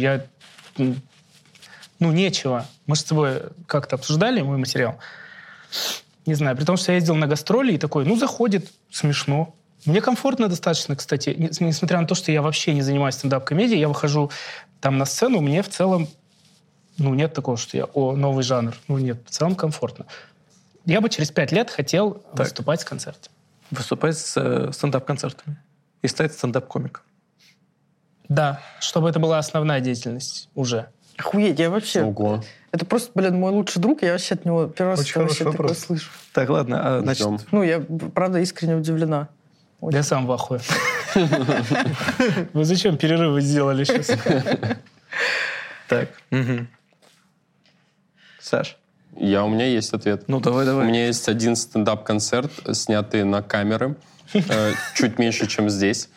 Нечего. Мы же с тобой как-то обсуждали мой материал. Не знаю, при том, что я ездил на гастроли и такой, заходит, смешно. Мне комфортно достаточно, кстати. Несмотря на то, что я вообще не занимаюсь стендап-комедией, я выхожу там на сцену, мне в целом, нет такого, что я, новый жанр. Нет, в целом комфортно. Я бы через 5 лет хотел выступать с концертами. Выступать с стендап-концертами. И стать стендап-комиком. Да, чтобы это была основная деятельность уже. Охуеть, я вообще... Ого. Это просто, мой лучший друг, я вообще от него первый раз вообще такое слышу. Так, ладно, значит... Я, правда, искренне удивлена. Очень. Я сам в ахуе. Вы зачем перерывы сделали сейчас? Так. Саш? У меня есть ответ. Давай. У меня есть один стендап-концерт, снятый на камеры, чуть меньше, чем здесь.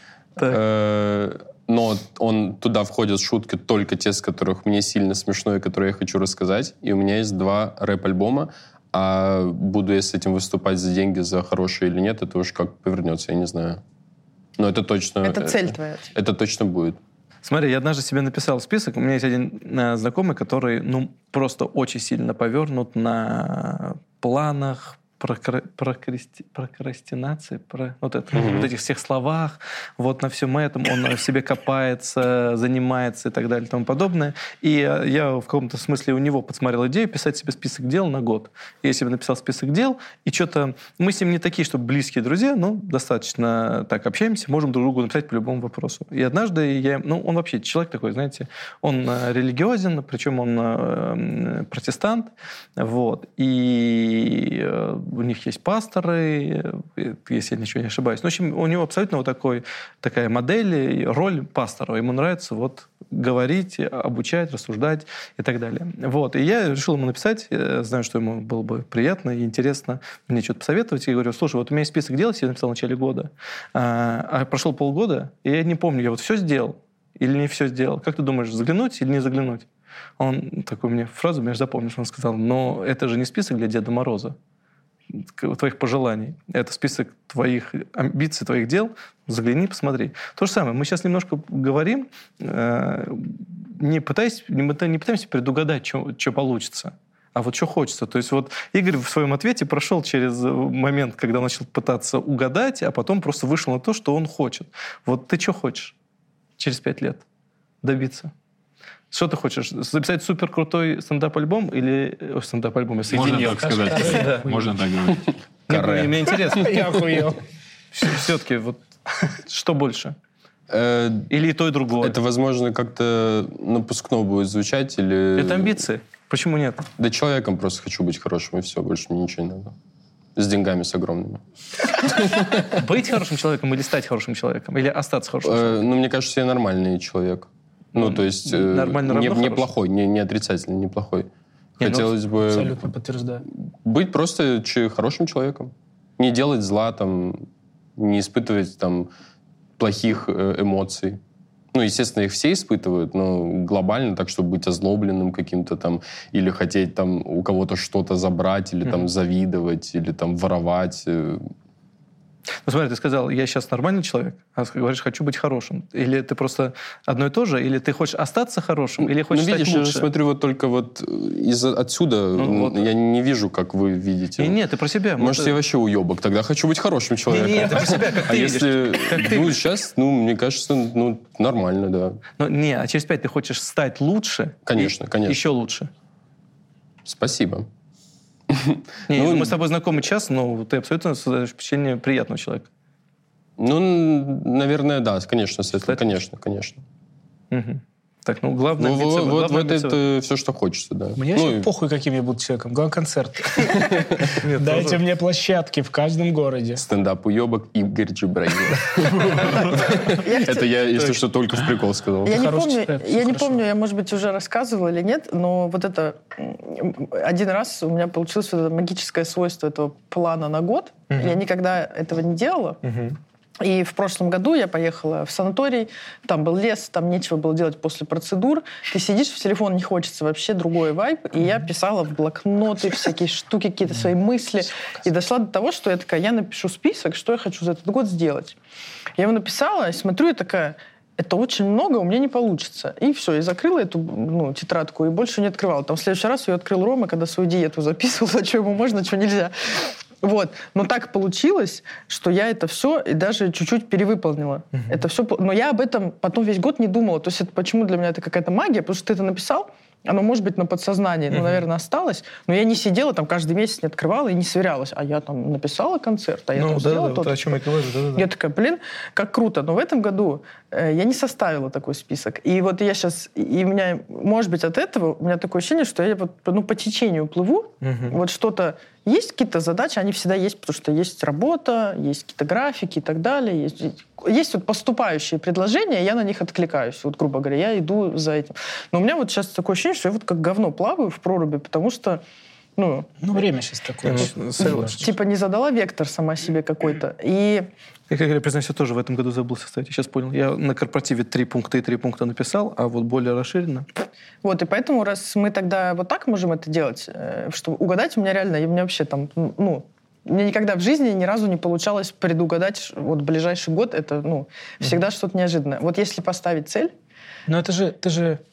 Но туда входят шутки только те, с которых мне сильно смешно и которые я хочу рассказать. И у меня есть 2 рэп-альбома. А буду я с этим выступать за деньги, за хорошие или нет, это уж как повернется, я не знаю. Но это точно... Это цель твоя. Это точно будет. Смотри, я однажды себе написал список. У меня есть один знакомый, который, просто очень сильно повернут на планах, прокрастинации, вот этих всех словах, вот на всем этом он в себе копается, занимается и так далее и тому подобное. И я в каком-то смысле у него подсмотрел идею писать себе список дел на год. И я себе написал список дел, и что-то мы с ним не такие, чтобы близкие друзья, но достаточно так общаемся, можем друг другу написать по любому вопросу. И однажды он вообще человек такой, знаете, он религиозен, причем он протестант, вот, и у них есть пасторы, если я ничего не ошибаюсь. В общем, у него абсолютно вот такая модель, роль пастора. Ему нравится вот говорить, обучать, рассуждать и так далее. Вот. И я решил ему написать, знаю, что ему было бы приятно и интересно мне что-то посоветовать. И говорю, слушай, вот у меня есть список дел, я написал в начале года, а прошло полгода, и я не помню, я вот все сделал или не все сделал. Как ты думаешь, заглянуть или не заглянуть? Он такую мне фразу, меня запомнишь, он сказал, но это же не список для Деда Мороза, твоих пожеланий. Это список твоих амбиций, твоих дел. Загляни, посмотри. То же самое. Мы сейчас немножко говорим, не пытаемся предугадать, что получится, а вот что хочется. То есть вот Игорь в своем ответе прошел через момент, когда он начал пытаться угадать, а потом просто вышел на то, что он хочет. Вот ты что хочешь через 5 лет добиться? Что ты хочешь? Записать супер крутой стендап-альбом или стендап-альбом? Я соединил. Можно так сказать. Можно так говорить. Мне интересно. Я охуел. Все-таки вот что больше? Или и то, и другое? Это, возможно, как-то напускно будет звучать или... Это амбиции. Почему нет? Да человеком просто хочу быть хорошим, и все, больше мне ничего не надо. С деньгами, с огромными. Быть хорошим человеком или стать хорошим человеком? Или остаться хорошим человеком? Ну, мне кажется, я нормальный человек. Ну, то есть неплохой, не отрицательный, неплохой. Хотелось бы... Абсолютно подтверждаю. Быть просто хорошим человеком. Не делать зла, там, не испытывать там плохих эмоций. Ну, естественно, их все испытывают, но глобально так, чтобы быть озлобленным каким-то там, или хотеть там у кого-то что-то забрать, или там завидовать, или там воровать. Ну, смотри, ты сказал, я сейчас нормальный человек, а говоришь, хочу быть хорошим. Или ты просто одно и то же, или ты хочешь остаться хорошим, или хочешь стать лучше? Я же смотрю вот только вот отсюда, я не вижу, как вы видите. Нет, ты про себя. Может, я вообще уебок, тогда хочу быть хорошим человеком. Нет, ты про себя, как ты видишь. А если, сейчас, мне кажется, нормально, да. А через 5 ты хочешь стать лучше? Конечно, конечно. Еще лучше? Спасибо. Мы с тобой знакомы час, но ты абсолютно создаешь впечатление приятного человека. Наверное, да, конечно, светло, конечно. Угу. Так, главное... Вот это все, что хочется, да. Мне вообще похуй, каким я буду человеком. Главное, концерт. Дайте мне площадки в каждом городе. Стендап-уебок Игорь Джибраилов. Это я, если что, только в прикол сказал. Я не помню, я, может быть, уже рассказывала или нет, но вот это... Один раз у меня получилось магическое свойство этого плана на год. Я никогда этого не делала. И в прошлом году я поехала в санаторий, там был лес, там нечего было делать после процедур. Ты сидишь, в телефон не хочется, вообще другой вайб. И я писала в блокноты всякие штуки, какие-то свои мысли. И дошла до того, что я такая, я напишу список, что я хочу за этот год сделать. Я его написала, и смотрю, и такая... Это очень много, у меня не получится. И все, и закрыла эту тетрадку, и больше не открывала. Там в следующий раз ее открыл Рома, когда свою диету записывал, что ему можно, что нельзя. Вот. Но так получилось, что я это все и даже чуть-чуть перевыполнила. Это все, но я об этом потом весь год не думала. То есть это почему для меня это какая-то магия? Потому что ты это написал, оно, может быть, на подсознании, наверное, осталось, но я не сидела там каждый месяц, не открывала и не сверялась. А я там написала концерт, а я там сделала то-то. о чем я говорю, да. Я такая, как круто. Но в этом году я не составила такой список. И вот я сейчас, и у меня, может быть, от этого у меня такое ощущение, что я вот по течению плыву, вот что-то, есть какие-то задачи, они всегда есть, потому что есть работа, есть какие-то графики и так далее. Есть вот поступающие предложения, я на них откликаюсь. Вот, грубо говоря, я иду за этим. Но у меня вот сейчас такое ощущение, что я вот как говно плаваю в проруби, потому что время сейчас такое. Типа не задала вектор сама себе какой-то. И... Я, как я признаюсь, я тоже в этом году забыл составить. Я сейчас понял. Я на корпоративе 3 пункта и 3 пункта написал, а вот более расширенно. Вот, и поэтому, раз мы тогда вот так можем это делать, что угадать у меня реально, и у меня вообще там, мне никогда в жизни ни разу не получалось предугадать вот ближайший год. Это, всегда что-то неожиданное. Вот если поставить цель... Но это же, ты же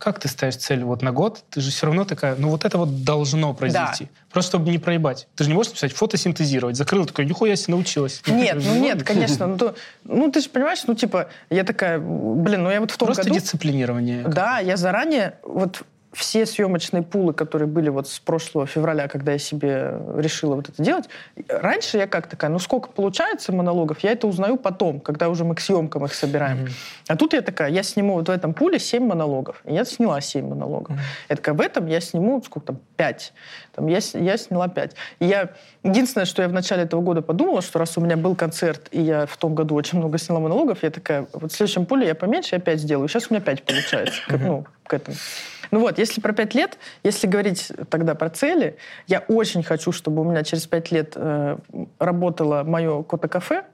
Как ты ставишь цель вот на год? Ты же все равно такая, ну вот это вот должно произойти. Да. Просто чтобы не проебать. Ты же не можешь написать фотосинтезировать. Закрыл такой, нихуя себе научилась. Нет, конечно. Ты же понимаешь, я такая, я вот в том Просто году... дисциплинирование. Да, я заранее, все съемочные пулы, которые были с прошлого февраля, когда я себе решила вот это делать, раньше я как такая, сколько получается монологов, я это узнаю потом, когда уже мы к съемкам их собираем. А тут я такая, я сниму в этом пуле 7 монологов. И я сняла 7 монологов. Я такая, в этом я сниму, 5. Я сняла 5. И единственное, что я в начале этого года подумала, что раз у меня был концерт, и я в том году очень много сняла монологов, я такая, в следующем пуле я поменьше, я 5 сделаю. Сейчас у меня 5 получается. К этому. Если про 5 лет, если говорить тогда про цели, я очень хочу, чтобы у меня через 5 лет работало мое кота-кафе.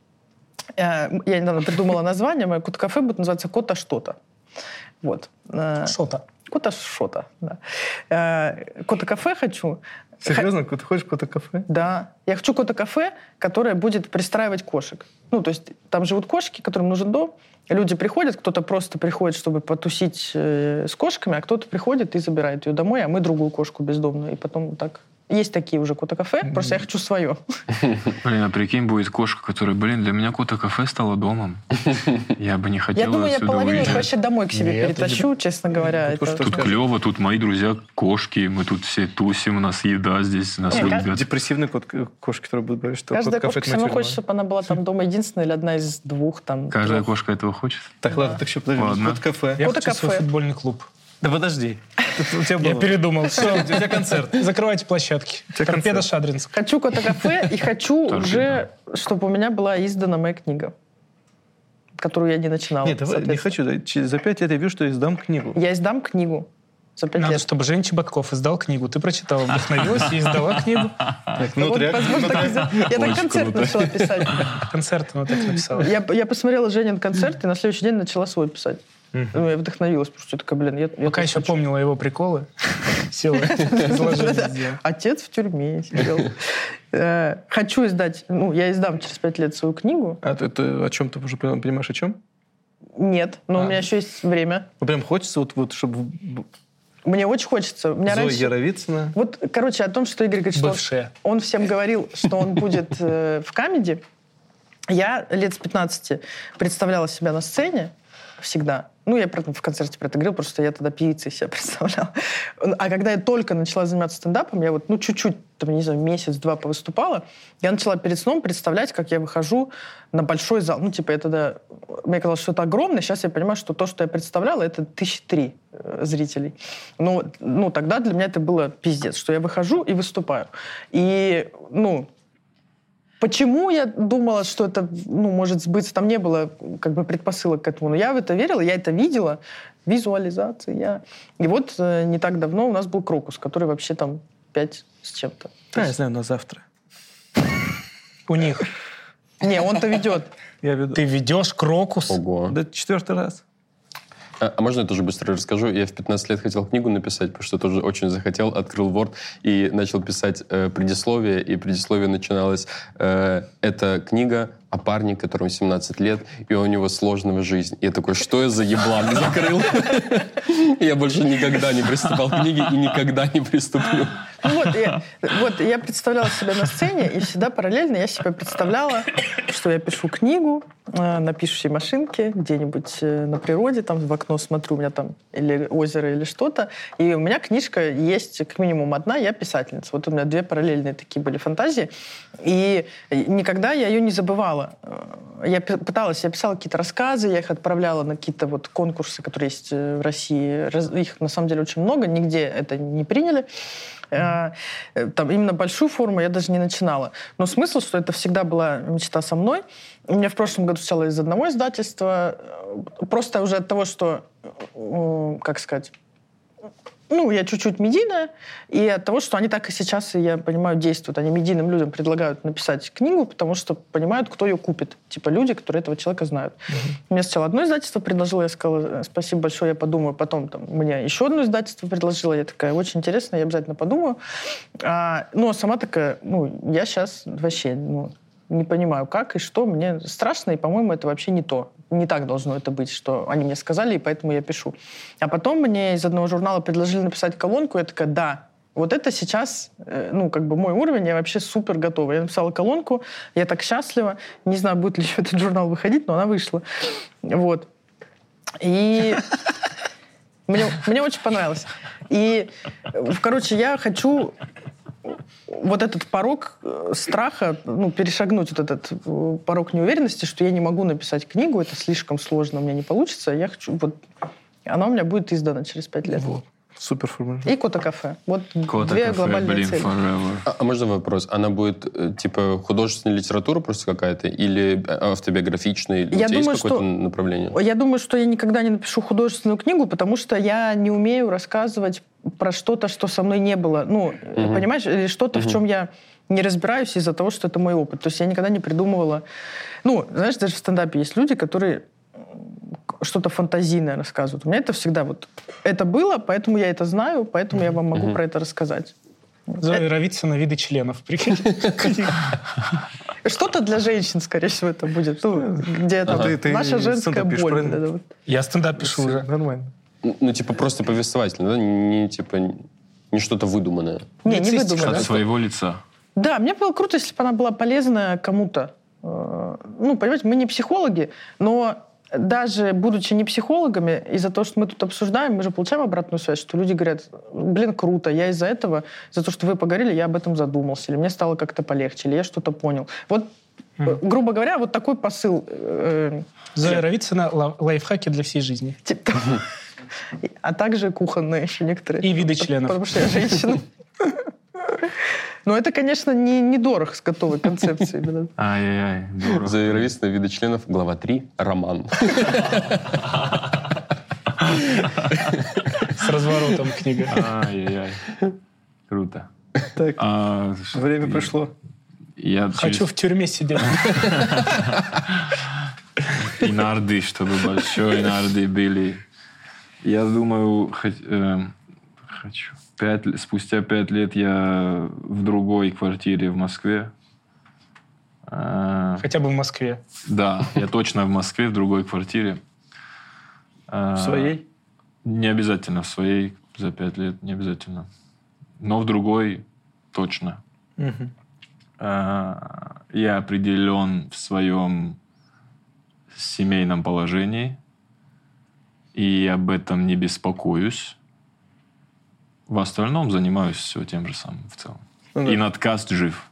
Я недавно придумала название, мое кота-кафе будет называться «Кота что-то». Вот. Что-то. Кота что-то, да. Кота-кафе хочу. Серьезно? Ты хочешь кота-кафе? Да. Я хочу кота-кафе, которое будет пристраивать кошек. То есть там живут кошки, которым нужен дом. Люди приходят, кто-то просто приходит, чтобы потусить с кошками, а кто-то приходит и забирает ее домой, а мы другую кошку бездомную. И потом так... Есть такие уже кота-кафе, просто я хочу свое. А прикинь, будет кошка, которая, для меня кота-кафе стало домом. Я бы не хотела Я думаю, я половину их уезжать. вообще домой к себе перетащу, честно говоря. Тут клево, тут мои друзья кошки, мы тут все тусим, у нас еда здесь, нас любят. Депрессивный кошка, который будет говорить, что каждая кот-кафе кошка сама хочет, чтобы она была там дома единственная или одна из двух. Каждая кошка этого хочет? Так, ладно, так еще подожди. Кот-кафе. Я хочу свой футбольный клуб. Да подожди. Я передумал. Все, у тебя концерт. Закрывайте площадки. Торпедо Шадринск. Хочу кота-кафе и хочу уже, чтобы у меня была издана моя книга, которую я не начинала. Нет, не хочу. За 5 лет я вижу, что издам книгу. Я издам книгу. За 5 Надо, лет. чтобы Женя Чеботков издал книгу. Ты прочитала, вдохновилась и издала книгу. Возможно, я так концерт начала писать. Концерт она так написала. Я посмотрела Женин концерт и на следующий день начала свой писать. Я вдохновилась, потому что я такая, я пока еще помнила его приколы. Села. Отец в тюрьме сидел. Хочу издать, я издам через 5 лет свою книгу. А ты о чем ты уже понимаешь, о чем? Нет, но у меня еще есть время. Прям хочется, чтобы... Мне очень хочется. Зоя Яровицына. О том, что Игорь говорит, что он всем говорил, что он будет в камеди. Я лет с 15 представляла себя на сцене всегда. Я в концерте про это говорил, просто я тогда певицей себя представляла. А когда я только начала заниматься стендапом, я чуть-чуть, месяц-два повыступала, я начала перед сном представлять, как я выхожу на большой зал. Я тогда... Мне казалось, что это огромно. Сейчас я понимаю, что то, что я представляла, это 1003 зрителей. Тогда для меня это было пиздец, что я выхожу и выступаю. И, почему я думала, что это может сбыться? Там не было предпосылок к этому. Но я в это верила, я это видела. Визуализация. И не так давно у нас был Крокус, который вообще там 5 с чем-то. Я знаю, на завтра. У них. Не, он-то ведет. Я веду. Ты ведешь Крокус? Ого. Да 4-й раз. А можно я тоже быстро расскажу? Я в 15 лет хотел книгу написать, потому что тоже очень захотел, открыл Word и начал писать предисловие, и предисловие начиналось «Это книга о парне, которому 17 лет, и у него сложная жизнь». И я такой, что я за еблан закрыл? Я больше никогда не приступал к книге и никогда не приступлю. Я представляла себя на сцене, и всегда параллельно я себе представляла, что я пишу книгу на пишущей машинке, где-нибудь на природе, там в окно смотрю, у меня там или озеро, или что-то. И у меня книжка есть как минимум одна, я писательница. У меня 2 параллельные такие были фантазии. И никогда я ее не забывала. Я писала какие-то рассказы, я их отправляла на какие-то конкурсы, которые есть в России. Их, на самом деле, очень много, нигде это не приняли. Там именно большую форму я даже не начинала. Но смысл, что это всегда была мечта со мной. У меня в прошлом году сначала из одного издательства. Просто уже от того, что, как сказать, я чуть-чуть медийная, и от того, что они так и сейчас, я понимаю, действуют. Они медийным людям предлагают написать книгу, потому что понимают, кто ее купит. Люди, которые этого человека знают. Мне сначала одно издательство предложило, я сказала, спасибо большое, я подумаю. Потом мне еще одно издательство предложило, я такая, очень интересно, я обязательно подумаю. Но сама такая, я сейчас вообще не понимаю, как и что. Мне страшно, и, по-моему, это вообще не то. не так должно это быть, что они мне сказали, и поэтому я пишу. А потом мне из одного журнала предложили написать колонку, я такая, да, вот это сейчас, мой уровень, я вообще супер готова. Я написала колонку, я так счастлива. Не знаю, будет ли еще этот журнал выходить, но она вышла. Вот. И мне очень понравилось. И, я хочу вот этот порог страха, перешагнуть вот этот порог неуверенности, что я не могу написать книгу, это слишком сложно, у меня не получится. Я хочу, она у меня будет издана через 5 лет. Вот. Супер формулировка. И Кота-кафе. Вот Кота-кафе, две глобальные цели. forever. А можно вопрос? Она будет, художественная литература просто какая-то? Или автобиографичная? Или у тебя есть какое-то направление? Я думаю, что я никогда не напишу художественную книгу, потому что я не умею рассказывать про что-то, что со мной не было. Понимаешь? Или что-то, в чем я не разбираюсь из-за того, что это мой опыт. То есть я никогда не придумывала... знаешь, даже в стендапе есть люди, которые что-то фантазийное рассказывают. У меня это всегда это было, поэтому я это знаю, поэтому я вам могу про это рассказать. Зоя Равицына «Виды членов». Прикинь. Что-то для женщин, скорее всего, это будет. Где это наша женская боль. Я стендап пишу уже. Нормально. Просто повествовательно, да? Не что-то выдуманное. Не выдуманное. От своего лица. Да, мне было круто, если бы она была полезна кому-то. Понимаете, мы не психологи, но даже будучи не психологами, из-за того, что мы тут обсуждаем, мы же получаем обратную связь, что люди говорят, круто, я из-за этого, из-за того, что вы поговорили, я об этом задумался, или мне стало как-то полегче, или я что-то понял. Вот, грубо говоря, вот такой посыл. Зоя Равицына лайфхаки для всей жизни. А также кухонные еще некоторые. И виды членов. Потому что я женщина. Но это, конечно, недорого с готовой концепцией. Ай-яй-яй, дорого. Зоя Равицына «Виды членов», глава 3, роман. С разворотом книга. Ай-яй-яй. Круто. Так, время пришло. Хочу в тюрьме сидеть. И нарды, чтобы большие нарды были. Я думаю, хочу. Спустя 5 лет я в другой квартире в Москве. Хотя бы в Москве. Да, я точно в Москве, в другой квартире. В своей? Не обязательно в своей за 5 лет, не обязательно. Но в другой точно. Я определен в своем семейном положении. И об этом не беспокоюсь. В остальном занимаюсь все тем же самым в целом. И надкаст жив.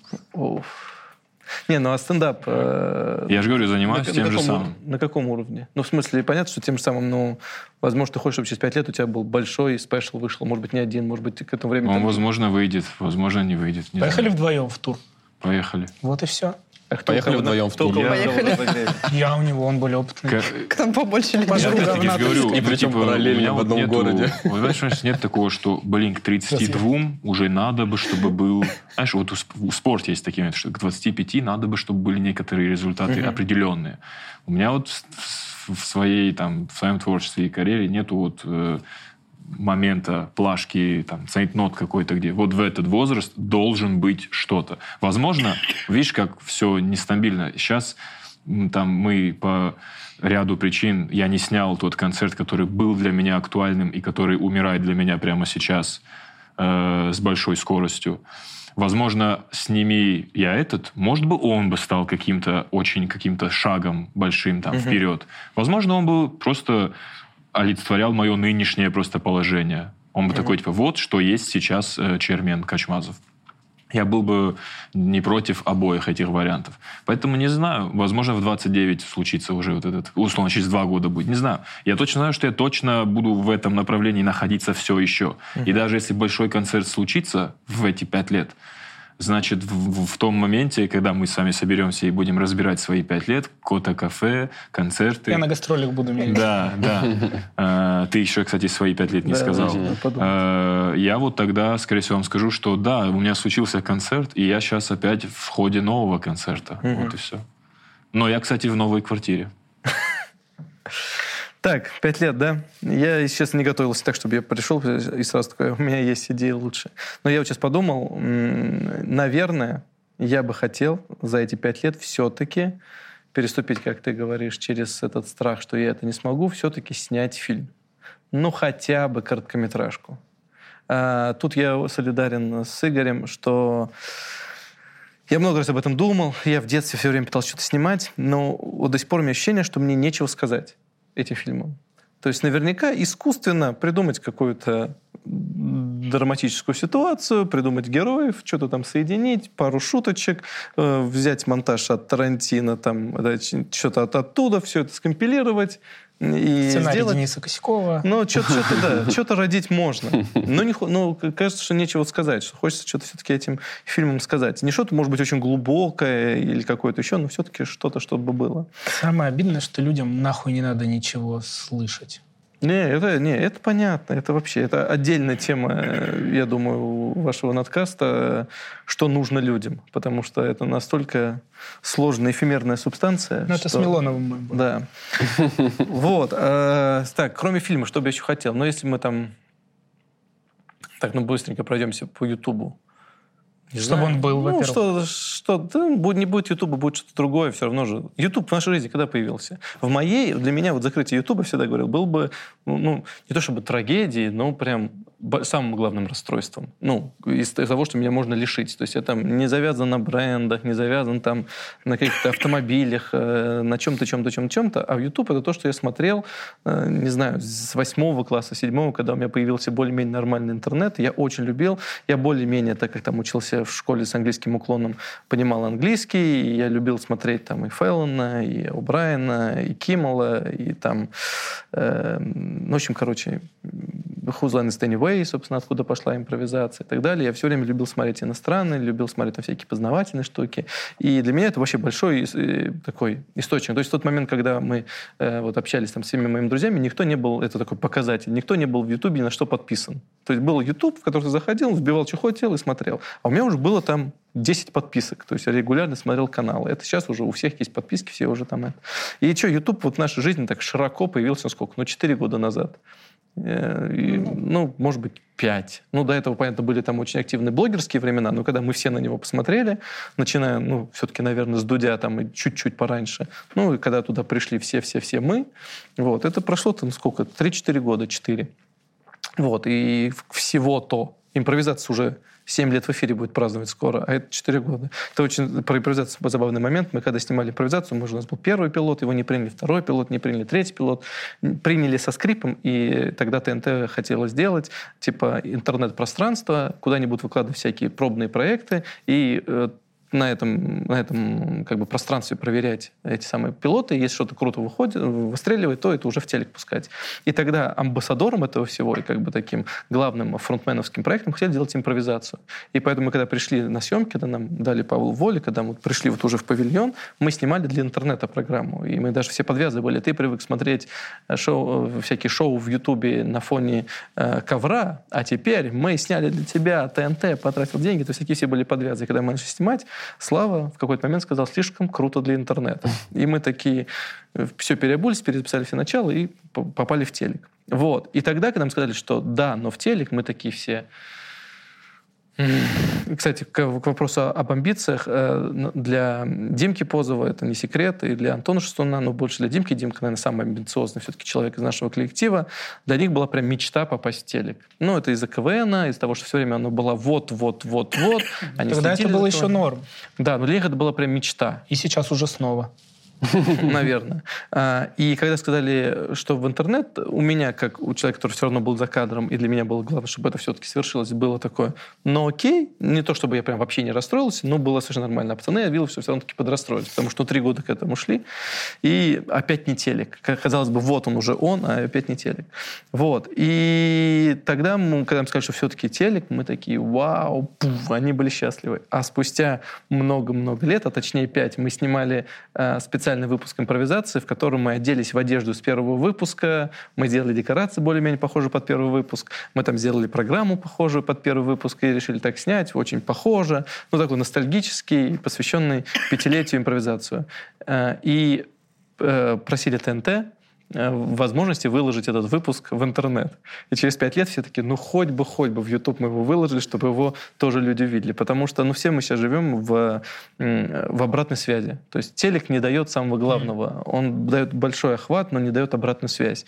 А стендап... Я же говорю, занимаюсь тем же самым. На каком уровне? В смысле, понятно, что тем же самым, возможно, ты хочешь, чтобы через 5 лет у тебя был большой спешл вышел, может быть, не один, может быть, к этому времени... Он, возможно, выйдет, возможно, не выйдет. Поехали вдвоем в тур. Поехали. Вот и все. Поехали вдвоем в тур. Поехали. Я у него, он более опытный. К нам побольше людей. Я опять-таки же говорю, И причем параллельно в одном городе. Знаешь, нет такого, что, к 32 уже надо бы, чтобы был... Знаешь, вот в спорте есть такие моменты, что к 25 надо бы, чтобы были некоторые результаты определенные. У меня вот в своем творчестве и карьере нету момента плашки, цейтнот какой-то, где вот в этот возраст должен быть что-то. Возможно, видишь, как все нестабильно. Сейчас мы по ряду причин, я не снял тот концерт, который был для меня актуальным и который умирает для меня прямо сейчас с большой скоростью. Возможно, сними я этот, может быть, он бы стал каким-то шагом большим вперед. Возможно, он бы просто олицетворял мое нынешнее просто положение. Он бы такой, вот что есть сейчас Чермен Качмазов. Я был бы не против обоих этих вариантов. Поэтому не знаю. Возможно, в 29 случится уже условно, через 2 года будет. Не знаю. Я точно знаю, что я точно буду в этом направлении находиться все еще. И даже если большой концерт случится в эти 5 лет, значит, в том моменте, когда мы с вами соберемся и будем разбирать свои 5 лет, Кота-кафе, концерты... Я на гастролях буду мерить. Да. Ты еще, кстати, свои 5 лет не сказал. Я вот тогда, скорее всего, вам скажу, что да, у меня случился концерт, и я сейчас опять в ходе нового концерта. Вот и все. Но я, кстати, в новой квартире. Так, 5 лет, да? Я, если честно, не готовился так, чтобы я пришел и сразу такой, у меня есть идея лучше. Но я вот сейчас подумал, наверное, я бы хотел за эти 5 лет все-таки переступить, как ты говоришь, через этот страх, что я это не смогу, все-таки снять фильм. Ну, хотя бы короткометражку. Тут я солидарен с Игорем, что я много раз об этом думал, я в детстве все время пытался что-то снимать, но вот до сих пор у меня ощущение, что мне нечего сказать этим фильмам. То есть наверняка искусственно придумать какую-то драматическую ситуацию, придумать героев, что-то там соединить, пару шуточек, взять монтаж от Тарантино, там, что-то оттуда, все это скомпилировать. И сценарий сделать... Дениса Косякова. Ну, что-то родить можно. Но кажется, что нечего сказать, что хочется что-то все-таки этим фильмом сказать. Не что-то, может быть, очень глубокое или какое-то еще, но все-таки что-то, чтобы было. Самое обидное, что людям нахуй не надо ничего слышать. Это понятно. Это вообще, это отдельная тема, я думаю, вашего надкаста, что нужно людям. Потому что это настолько сложная, эфемерная субстанция. Ну, это с Милоновым. Да. Вот. Так, кроме фильма, что бы я еще хотел? Но если мы там... Так, быстренько пройдемся по Ютубу. Чтобы он был, во-первых. Не будет Ютуба, будет что-то другое, все равно же. Ютуб в нашей жизни когда появился? Для меня вот закрытие Ютуба, всегда говорил, был бы, не то чтобы трагедией, но прям самым главным расстройством. Из того, что меня можно лишить. То есть я там не завязан на брендах, не завязан там на каких-то автомобилях, на чем-то. А в Ютуб это то, что я смотрел, не знаю, с 8 класса, 7, когда у меня появился более-менее нормальный интернет. Я очень любил. Я более-менее, так как там учился в школе с английским уклоном, понимал английский. И я любил смотреть там и Феллона, и О'Брайена, и Киммела, и там... в общем, Whose Line is Anyway, собственно, откуда пошла импровизация и так далее. Я все время любил смотреть иностранные, любил смотреть на всякие познавательные штуки. И для меня это вообще большой такой источник. То есть в тот момент, когда мы общались там с всеми моими друзьями, никто не был, это такой показатель, никто не был в Ютубе ни на что подписан. То есть был Ютуб, в который ты заходил, вбивал, что хотел и смотрел. А у меня уже было там 10 подписок. То есть я регулярно смотрел каналы. Это сейчас уже у всех есть подписки, все уже там это. И что, Ютуб в нашей жизни так широко появился, 4 года назад. Может быть, 5. До этого, понятно, были там очень активные блогерские времена, но когда мы все на него посмотрели, начиная, все-таки, наверное, с Дудя там и чуть-чуть пораньше, и когда туда пришли все мы, это прошло там сколько? 3-4 года, 4. И всего-то импровизация уже 7 лет в эфире будет праздновать скоро, а это 4 года. Это очень про импровизацию забавный момент. Мы когда снимали импровизацию, у нас был первый пилот, его не приняли, второй пилот не приняли, третий пилот. Приняли со скрипом, и тогда ТНТ хотела сделать интернет-пространство, куда они будут выкладывать всякие пробные проекты, и на этом пространстве проверять эти самые пилоты. Если что-то круто выстреливает, то это уже в телек пускать. И тогда амбассадором этого всего и таким главным фронтменовским проектом хотели делать импровизацию. И поэтому, когда пришли на съемки, когда нам дали Павлу волю, когда мы пришли уже в павильон, мы снимали для интернета программу. И мы даже все подвязаны были. Ты привык смотреть всякие шоу в Ютубе на фоне ковра, а теперь мы сняли для тебя, ТНТ потратил деньги. То есть такие все были подвязаны. Когда мы начали снимать, Слава в какой-то момент сказал, слишком круто для интернета. И мы такие все переобулись, перезаписали все начало и попали в телек. И тогда, когда нам сказали, что да, но в телек, мы такие все... Кстати, к вопросу об амбициях, для Димки Позова это не секрет, и для Антона Шестуна, но больше для Димки. Димка, наверное, самый амбициозный все-таки человек из нашего коллектива. Для них была прям мечта попасть в телек. Это из-за КВН, из-за того, что все время оно было вот. Тогда это было еще норм. Да, но для них это была прям мечта. И сейчас уже снова. Наверное. И когда сказали, что в интернет, у меня, как у человека, который все равно был за кадром, и для меня было главное, чтобы это все-таки свершилось, было такое, окей, не то чтобы я прям вообще не расстроился, но было совершенно нормально. А пацаны, я видел, что все равно-таки подрастроились, потому что 3 года к этому шли, и опять не телек. Казалось бы, он уже а опять не телек. И тогда, когда мы сказали, что все-таки телек, мы такие, вау, они были счастливы. А спустя много-много лет, а точнее 5, мы снимали специальный выпуск импровизации, в котором мы оделись в одежду с первого выпуска, мы сделали декорации более-менее похожие под первый выпуск, мы там сделали программу похожую под первый выпуск и решили так снять, очень похоже, такой ностальгический, посвященный 5-летию импровизацию. И просили ТНТ возможности выложить этот выпуск в интернет. И через 5 лет все таки хоть бы в YouTube мы его выложили, чтобы его тоже люди видели. Потому что, все мы сейчас живем в обратной связи. То есть телек не дает самого главного. Он дает большой охват, но не дает обратную связь.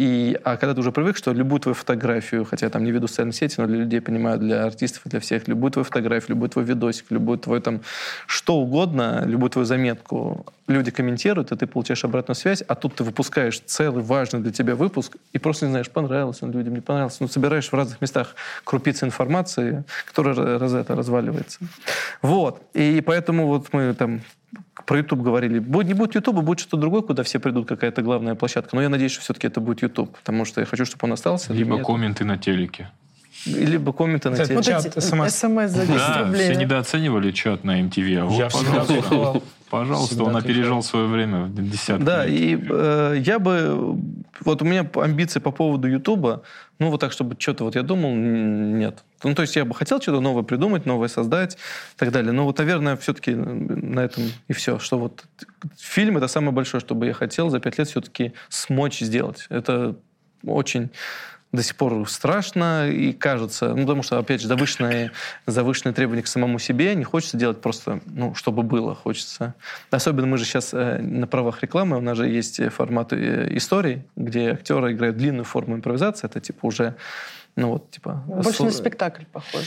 А когда ты уже привык, что любую твою фотографию, хотя я там не веду социальные сети, но для людей, понимаю, для артистов и для всех, любую твою фотографию, любой твой видосик, любой твой там что угодно, любую твою заметку, люди комментируют, и ты получаешь обратную связь, а тут ты выпускаешь целый важный для тебя выпуск и просто не знаешь, понравился он людям, не понравился. Собираешь в разных местах крупицы информации, которая разваливается. Вот. И поэтому мы там про YouTube говорили. Не будет YouTube, будет что-то другое, куда все придут, какая-то главная площадка. Но я надеюсь, что все-таки это будет YouTube, потому что я хочу, чтобы он остался. Либо комменты на телеке. Либо комменты на телеке. Чат, СМС за 10 рублей. Все недооценивали чат на MTV. А Я всегда кайфовал. Пожалуйста, он опережал свое время в десятки. Да, и я бы... Вот у меня амбиции по поводу Ютуба, так, чтобы что-то я думал, нет. То есть я бы хотел что-то новое придумать, новое создать и так далее. Но наверное, все-таки на этом и все. Что фильм — это самое большое, что бы я хотел за 5 лет все-таки смочь сделать. Это очень... до сих пор страшно и кажется, потому что, опять же, завышенные требования к самому себе, не хочется делать просто, чтобы было, хочется. Особенно мы же сейчас на правах рекламы, у нас же есть формат историй, где актеры играют длинную форму импровизации, это уже больше на спектакль похоже.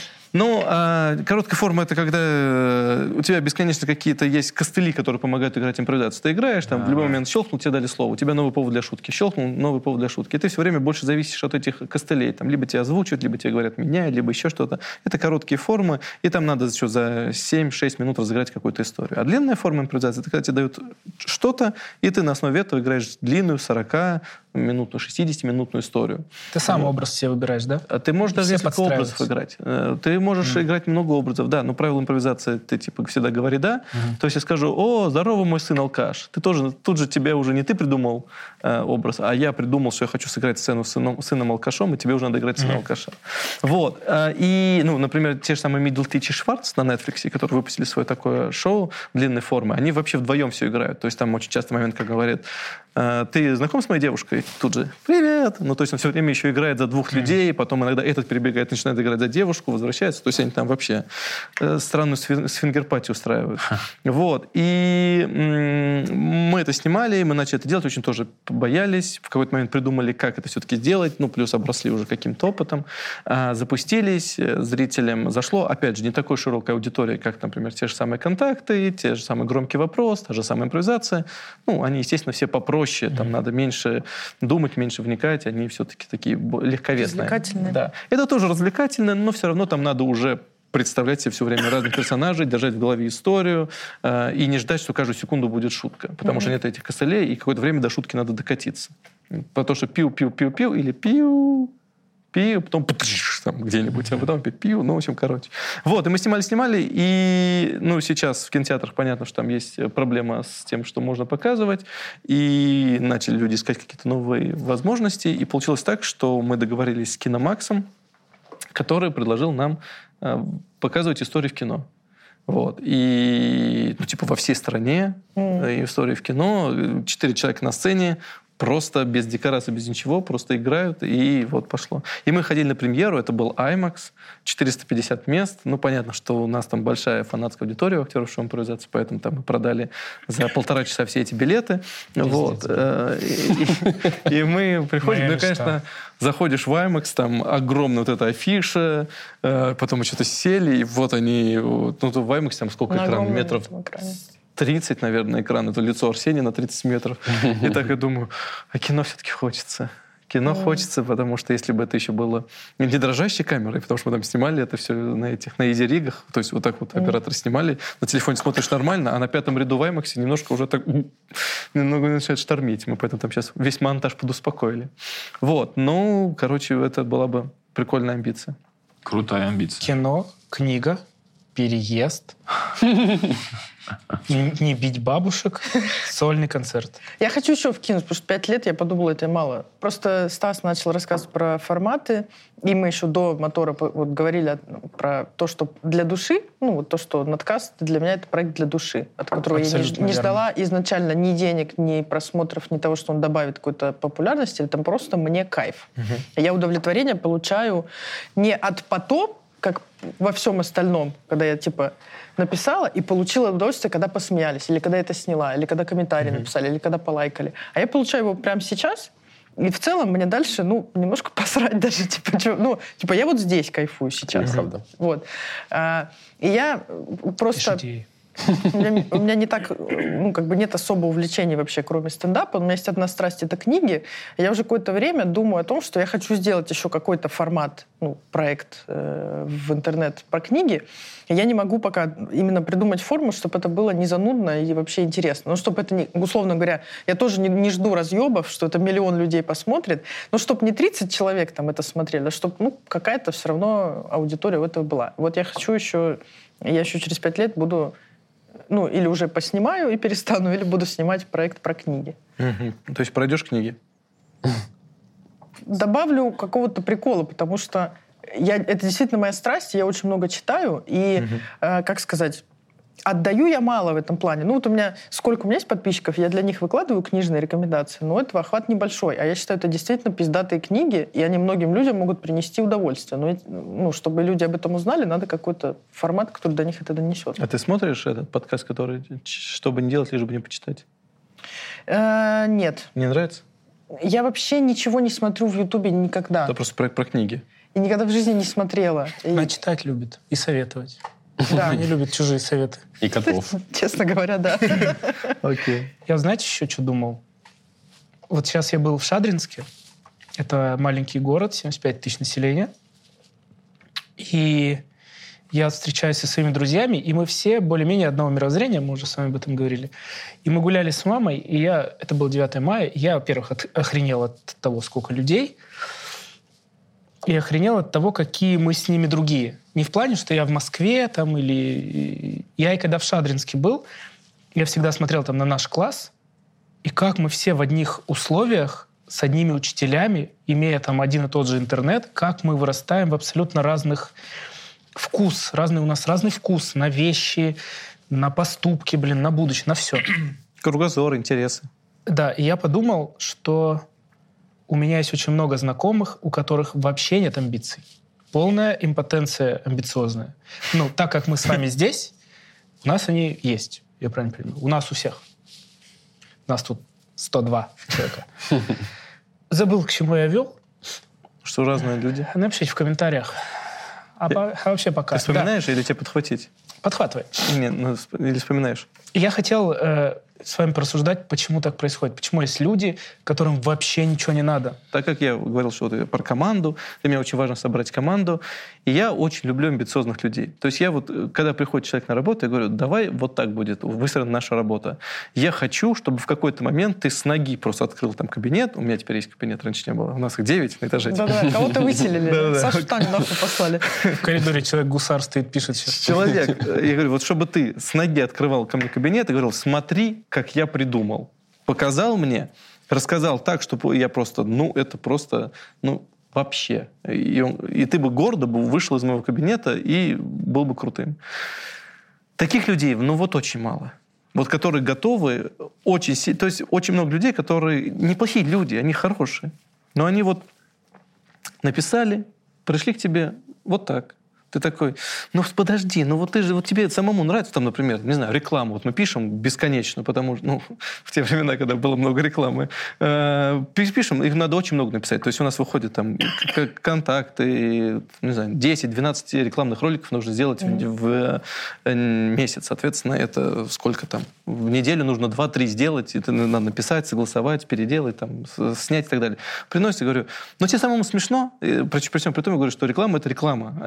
Короткая форма — это когда у тебя бесконечно какие-то есть костыли, которые помогают играть импровизацию. Ты играешь, в любой момент щелкнул, тебе дали слово, у тебя новый повод для шутки. Щелкнул, новый повод для шутки. И ты все время больше зависишь от этих костылей. Либо тебя озвучивают, либо тебе говорят «меняй», либо еще что-то. Это короткие формы, и там надо за 7-6 минут разыграть какую-то историю. А длинная форма импровизации — это когда тебе дают что-то, и ты на основе этого играешь длинную 40-минутную, 60-минутную историю. Ты сам образ себе выбираешь, да? Ты можешь даже несколько образов играть. Ты можешь играть много образов, да, но правило импровизации ты всегда говори «да». То есть я скажу «О, здорово, мой сын алкаш». Тут же тебе уже не ты придумал образ, а я придумал, что я хочу сыграть сцену с сыном алкашом, и тебе уже надо играть сына алкаша. Вот. И, например, те же самые Миддлтич и Шварц на Netflix, которые выпустили свое такое шоу длинной формы, они вообще вдвоем все играют. То есть там очень часто момент, как говорят: ты знаком с моей девушкой? Тут же «Привет!» То есть он все время еще играет за двух людей, потом иногда этот перебегает, начинает играть за девушку, возвращается. То есть они там вообще странную свингер-пати устраивают. Вот. И мы это снимали, мы начали это делать, очень тоже боялись. В какой-то момент придумали, как это все-таки сделать, плюс обросли уже каким-то опытом. Запустились, зрителям зашло. Опять же, не такой широкой аудитории, как, например, те же самые «Контакты», те же самые «Громкий вопрос», та же самая импровизация. Они, естественно, все попроще. Там надо меньше думать, меньше вникать. Они все-таки такие легковесные. Развлекательные. Да. Это тоже развлекательно, но все равно там надо уже представлять себе все время разных персонажей, держать в голове историю и не ждать, что каждую секунду будет шутка. Потому что нет этих костылей, и какое-то время до шутки надо докатиться. Потому что пиу-пиу-пиу-пиу или пиу, потом там где-нибудь, а потом пиу, в общем, короче. Вот, и мы снимали, и, сейчас в кинотеатрах понятно, что там есть проблема с тем, что можно показывать, и начали люди искать какие-то новые возможности, и получилось так, что мы договорились с Киномаксом, который предложил нам показывать истории в кино. Вот. И, во всей стране истории в кино, 4 человека на сцене, просто без декораций, без ничего, просто играют, и вот пошло. И мы ходили на премьеру, это был IMAX, 450 мест. Понятно, что у нас там большая фанатская аудитория у актеров шоу импровизации, поэтому там мы продали за 1,5 часа все эти билеты. Вот. И мы приходим, конечно, заходишь в IMAX, там огромная вот эта афиша, потом мы что-то сели, и вот они, в IMAX там сколько экранов? Метров 30, наверное, экран. Это лицо Арсения на 30 метров. И так я думаю, а кино все-таки хочется. Кино хочется, потому что если бы это еще было не дрожащей камерой, потому что мы там снимали это все на изеригах, то есть вот так вот операторы снимали, на телефоне смотришь нормально, а на 5-м ряду в IMAX немножко уже так немного начинает штормить. Мы поэтому там сейчас весь монтаж подуспокоили. Вот. Это была бы прикольная амбиция. Крутая амбиция. Кино, книга. переезд, не бить бабушек, сольный концерт. Я хочу еще вкинуть, потому что 5 лет я подумала, это мало. Просто Стас начал рассказывать про форматы, и мы еще до мотора вот говорили про то, что для души, вот то, что надкаст, для меня это проект для души, от которого абсолютно я не ждала изначально ни денег, ни просмотров, ни того, что он добавит какой-то популярности, это просто мне кайф. Я удовлетворение получаю не от потом, как во всем остальном, когда я, написала и получила удовольствие, когда посмеялись, или когда это сняла, или когда комментарии написали, или когда полайкали. А я получаю его прямо сейчас, и в целом мне дальше, немножко посрать даже, я вот здесь кайфую сейчас. Правда. Вот. И я просто... У меня не так, нет особого увлечения вообще, кроме стендапа. У меня есть одна страсть — это книги. Я уже какое-то время думаю о том, что я хочу сделать еще какой-то формат, проект в интернет про книги. И я не могу пока именно придумать форму, чтобы это было не занудно и вообще интересно. Чтобы это, условно говоря, я тоже не жду разъебов, что это миллион людей посмотрит, но чтобы не 30 человек там это смотрели, а чтобы какая-то все равно аудитория у этого была. Вот я хочу я еще через 5 лет буду... или уже поснимаю и перестану, или буду снимать проект про книги. То есть пройдешь книги? Добавлю какого-то прикола, потому что это действительно моя страсть, я очень много читаю, и, отдаю я мало в этом плане. Сколько у меня есть подписчиков, я для них выкладываю книжные рекомендации, но этого охват небольшой. А я считаю, это действительно пиздатые книги, и они многим людям могут принести удовольствие. Но чтобы люди об этом узнали, надо какой-то формат, который до них это донесет. А ты смотришь этот подкаст, который «Что бы ни делать, лишь бы не почитать»? Нет. Не нравится? Я вообще ничего не смотрю в Ютубе никогда. Это просто проект про книги. И никогда в жизни не смотрела. Она читать любит и советовать. Да. Они любят чужие советы. И котов. Честно говоря, да. Окей. Я, знаете, еще что думал? Вот сейчас я был в Шадринске. Это маленький город, 75 тысяч населения. И я встречаюсь со своими друзьями, и мы все более-менее одного мировоззрения, мы уже с вами об этом говорили. И мы гуляли с мамой, и это было 9 мая, и я, во-первых, охренел от того, сколько людей, и охренел от того, какие мы с ними другие. Не в плане, что я в Москве там или... Я и когда в Шадринске был, я всегда смотрел там на наш класс, и как мы все в одних условиях, с одними учителями, имея там один и тот же интернет, как мы вырастаем в абсолютно разных вкус. У нас разный вкус на вещи, на поступки, на будущее, на все. Кругозор, интересы. Да, и я подумал, что у меня есть очень много знакомых, у которых вообще нет амбиций. Полная импотенция амбициозная. Так как мы с вами здесь, у нас они есть. Я правильно понимаю? У нас у всех. У нас тут 102 человека. Забыл, к чему я вел. Что разные люди. Напишите в комментариях. А вообще пока. Ты вспоминаешь или тебе подхватить? Подхватывай. Нет, или вспоминаешь. Я хотел с вами порассуждать, почему так происходит. Почему есть люди, которым вообще ничего не надо. Так как я говорил, что про команду, для меня очень важно собрать команду, и я очень люблю амбициозных людей. То есть я когда приходит человек на работу, я говорю, давай вот так будет выстроена наша работа. Я хочу, чтобы в какой-то момент ты с ноги просто открыл там кабинет, у меня теперь есть кабинет, раньше не было, у нас их 9 на этаже. Да-да, кого-то выселили, Сашу Таню нахуй послали. В коридоре человек-гусар стоит, пишет сейчас. Человек, я говорю, вот чтобы ты с ноги открывал ко мне кабинет и говорил, смотри, как я придумал. Показал мне, рассказал так, чтобы я просто, это просто, вообще. И ты бы гордо вышел из моего кабинета и был бы крутым. Таких людей, очень мало. Которые готовы очень сильно... То есть очень много людей, которые неплохие люди, они хорошие. Но они написали, пришли к тебе вот так. Ты такой, подожди, ты же, тебе самому нравится, там, например, не знаю, рекламу. Мы пишем бесконечно, потому что, в те времена, когда было много рекламы, пишем, их надо очень много написать. То есть у нас выходит там контакты, не знаю, 10-12 рекламных роликов нужно сделать в месяц. Соответственно, это сколько там? В неделю нужно 2-3 сделать, это надо написать, согласовать, переделать, там, снять и так далее. Приносит, говорю, тебе самому смешно, при всем при том, я говорю, что реклама — это реклама. Не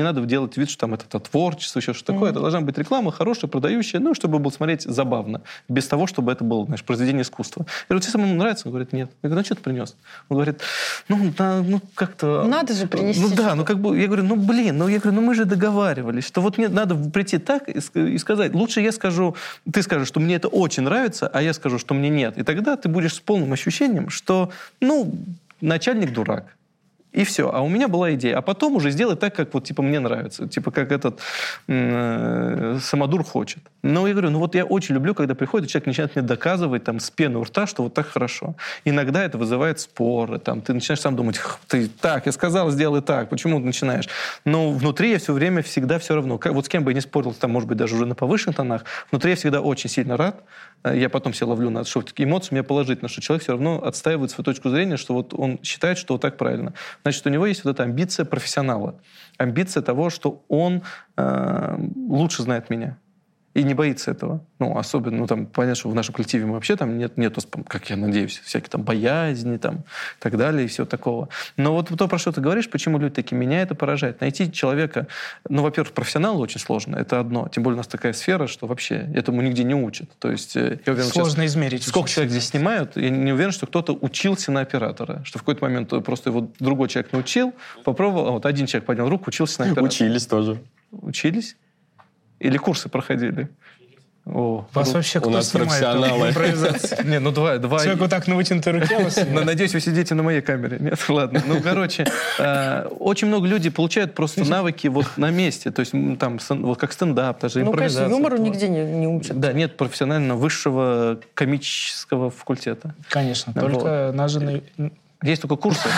надо делать вид, что там это творчество, еще что-то такое. Это должна быть реклама хорошая, продающая, ну, чтобы было смотреть забавно. Без того, чтобы это было, знаешь, произведение искусства. Я говорю, тебе самому нравится? Он говорит, нет. Я говорю, ну, что ты принес? Он говорит, ну, да, ну, как-то... Надо же принести. Ну, да, ну, как бы, я говорю, ну, блин, ну, я говорю, ну, мы же договаривались, что вот мне надо прийти так и сказать. Лучше я скажу, ты скажешь, что мне это очень нравится, а я скажу, что мне нет. И тогда ты будешь с полным ощущением, что, ну, начальник дурак. И все. А у меня была идея. А потом уже сделать так, как вот, типа, мне нравится. Типа, как этот самодур хочет. Но я говорю, ну вот я очень люблю, когда приходит, и человек начинает мне доказывать там с пены у рта, что вот так хорошо. Иногда это вызывает споры. Там, ты начинаешь сам думать, ты так, я сказал, сделай так. Почему ты начинаешь? Но внутри я все время всегда все равно. Вот с кем бы я ни спорил, там, может быть, даже уже на повышенных тонах, внутри я всегда очень сильно рад. Я потом себя ловлю на что эмоции у меня положительно, что человек все равно отстаивает свою точку зрения, что вот он считает, что вот так правильно. Значит, у него есть вот эта амбиция профессионала. Амбиция того, что он лучше знает меня. И не боится этого. Ну, особенно, ну, там, понятно, что в нашем коллективе мы вообще там нету, как я надеюсь, всякие там боязни, там, и так далее, и всего такого. Но вот то, про что ты говоришь, почему люди такие, меня это поражает. Найти человека, ну, во-первых, профессионала очень сложно, это одно. Тем более у нас такая сфера, что вообще этому нигде не учат. То есть, я уверен, сложно измерить. Сколько человек здесь снимают, я не уверен, что кто-то учился на оператора. Что в какой-то момент просто его другой человек научил, попробовал, а вот один человек поднял руку, учился на оператора. Учились тоже. Учились? Или курсы проходили? О, вас вообще кто у нас снимает профессионалы. импровизацию? Не, ну два. Человек вот так на вытянутой руке вас снимает? Надеюсь, вы сидите на моей камере. Нет, ладно. Ну, короче, очень много людей получают просто навыки вот на месте. То есть там вот как стендап, даже импровизация. Ну, конечно, юмору нигде не учат. Да, нет профессионально высшего комического факультета. Конечно, только наженный... Есть только курсы.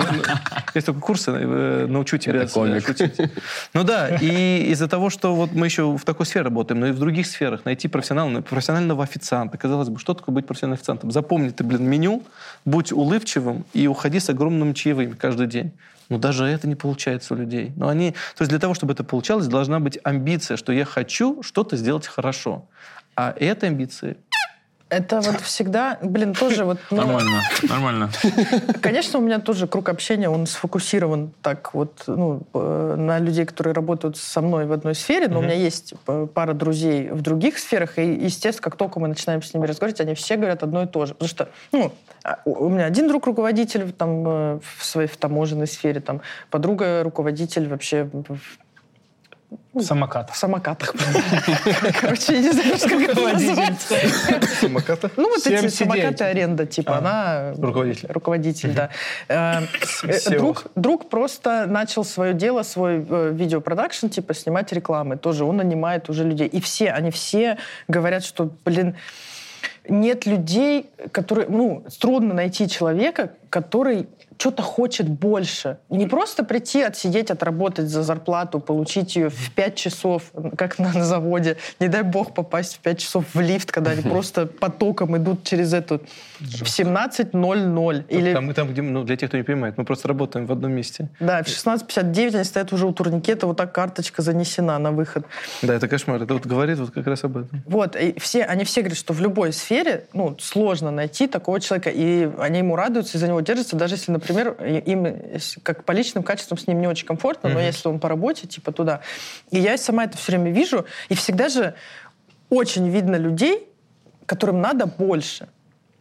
Научу тебя шутить. Ну да, и из-за того, что вот мы еще в такой сфере работаем, но и в других сферах найти профессионального официанта. Казалось бы, что такое быть профессиональным официантом? Запомни ты, меню, будь улыбчивым и уходи с огромным чаевым каждый день. Но даже это не получается у людей. То есть для того, чтобы это получалось, должна быть амбиция, что я хочу что-то сделать хорошо. А этой амбиции... Это вот всегда, тоже вот... Нормально. Конечно, у меня тоже круг общения, он сфокусирован так вот, на людей, которые работают со мной в одной сфере, но у меня есть пара друзей в других сферах, и, естественно, как только мы начинаем с ними разговаривать, они все говорят одно и то же. Потому что, у меня один друг руководитель там, в таможенной сфере, там, подруга руководитель вообще... В самокатах. В самокатах. Короче, я не знаю, как это назвать. В самокатах? Ну, вот эти самокаты аренда, типа, она... Руководитель. Да. Друг просто начал свое дело, свой видеопродакшн, типа, снимать рекламы. Тоже он нанимает уже людей. И они все говорят, что, нет людей, которые... трудно найти человека, который что-то хочет больше. Не просто прийти, отсидеть, отработать за зарплату, получить ее в 5 часов, как на заводе. Не дай бог попасть в 5 часов в лифт, когда они просто потоком идут через эту... В 17:00. Или... Там, где, для тех, кто не понимает, мы просто работаем в одном месте. Да, в 16:59 они стоят уже у турникета, вот так карточка занесена на выход. Да, это кошмар. Это вот говорит вот как раз об этом. Вот, и они все говорят, что в любой сфере сложно найти такого человека, и они ему радуются, и за него держатся, даже если, например, им как по личным качествам с ним не очень комфортно, но если он по работе, типа туда. И я сама это все время вижу, и всегда же очень видно людей, которым надо больше.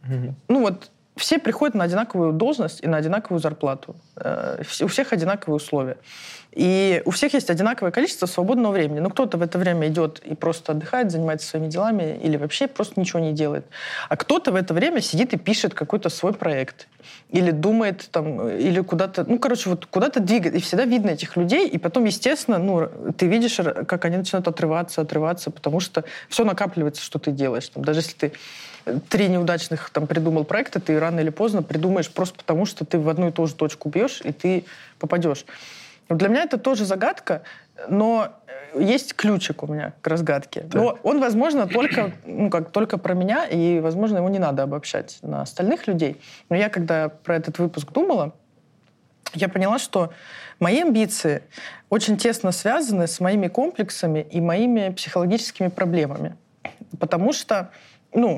Все приходят на одинаковую должность и на одинаковую зарплату. У всех одинаковые условия. И у всех есть одинаковое количество свободного времени. Кто-то в это время идет и просто отдыхает, занимается своими делами, или вообще просто ничего не делает. А кто-то в это время сидит и пишет какой-то свой проект. Или думает, или куда-то... куда-то двигает. И всегда видно этих людей. И потом, естественно, ты видишь, как они начинают отрываться, потому что все накапливается, что ты делаешь. Даже если ты 3 неудачных придумал проекта, ты рано или поздно придумаешь просто потому, что ты в одну и ту же точку бьешь, и ты попадешь. Для меня это тоже загадка, но есть ключик у меня к разгадке. Да. Но он, возможно, только про меня, и, возможно, его не надо обобщать на остальных людей. Но я, когда про этот выпуск думала, я поняла, что мои амбиции очень тесно связаны с моими комплексами и моими психологическими проблемами. Потому что,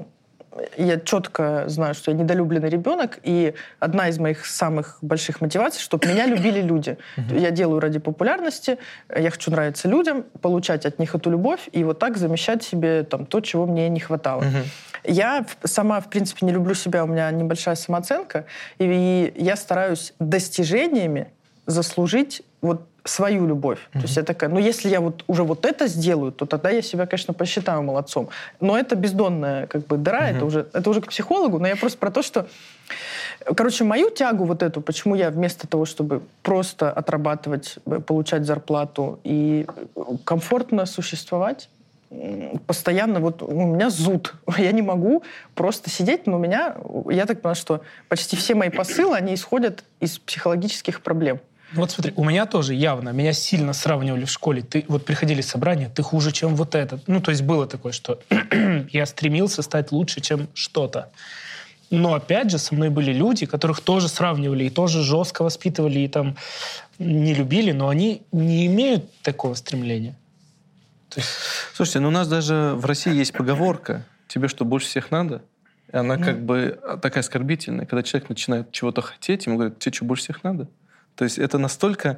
я четко знаю, что я недолюбленный ребенок, и одна из моих самых больших мотиваций, чтобы меня любили люди. Я делаю ради популярности, я хочу нравиться людям, получать от них эту любовь, и вот так замещать себе там, то, чего мне не хватало. Я сама, в принципе, не люблю себя, у меня небольшая самооценка, и я стараюсь достижениями заслужить вот свою любовь. То есть я такая, ну если я вот уже вот это сделаю, то тогда я себя, конечно, посчитаю молодцом. Но это бездонная как бы дыра, это уже к психологу, но я просто про то, что... Короче, мою тягу вот эту, почему я вместо того, чтобы просто отрабатывать, получать зарплату и комфортно существовать, постоянно вот у меня зуд. Я не могу просто сидеть, но у меня, я так понимаю, что почти все мои посылы, они исходят из психологических проблем. Вот смотри, у меня тоже явно, меня сильно сравнивали в школе. Вот приходили собрания, ты хуже, чем вот этот. Ну, то есть было такое, что я стремился стать лучше, чем что-то. Но опять же, со мной были люди, которых тоже сравнивали и тоже жестко воспитывали, и там не любили, но они не имеют такого стремления. То есть... Слушайте, ну у нас даже в России есть поговорка «тебе что, больше всех надо?» И она как бы такая оскорбительная. Когда человек начинает чего-то хотеть, ему говорят, тебе что, больше всех надо? То есть это настолько,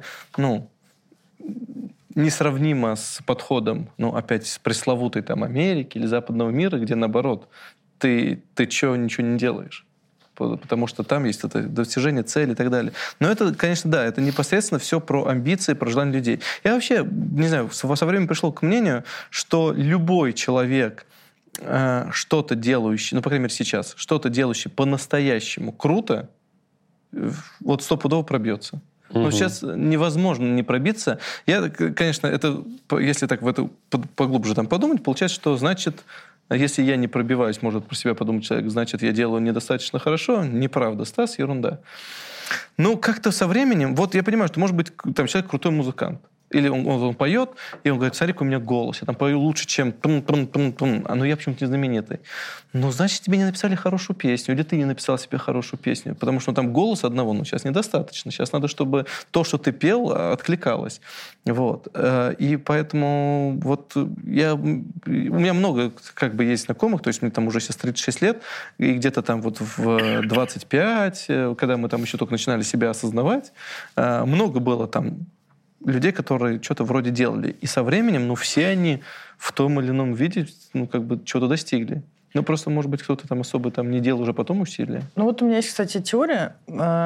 несравнимо с подходом, опять с пресловутой там Америки или западного мира, где наоборот, ты что, ничего не делаешь? Потому что там есть это достижение цели и так далее. Но это, конечно, да, это непосредственно все про амбиции, про желание людей. Я вообще, не знаю, со временем пришел к мнению, что любой человек, что-то делающий, по крайней мере сейчас, что-то делающий по-настоящему круто, вот стопудово пробьется. Но сейчас невозможно не пробиться. Я, конечно, это, если так в это поглубже там подумать, получается, что значит, если я не пробиваюсь, может про себя подумать человек, значит, я делаю недостаточно хорошо. Неправда, Стас, ерунда. Ну, как-то со временем, вот я понимаю, что может быть там человек крутой музыкант. Или он поет, и он говорит, смотри, у меня голос, я там пою лучше, чем но я почему-то не знаменитый. Ну, значит, тебе не написали хорошую песню, или ты не написал себе хорошую песню, потому что там голос одного, сейчас недостаточно. Сейчас надо, чтобы то, что ты пел, откликалось. Вот. И поэтому вот у меня много как бы есть знакомых, то есть мне там уже сейчас 36 лет, и где-то там вот в 25, когда мы там еще только начинали себя осознавать, много было там людей, которые что-то вроде делали. И со временем, все они в том или ином виде, чего-то достигли. Просто, может быть, кто-то там особо там не делал, уже потом усилия. Вот у меня есть, кстати, теория,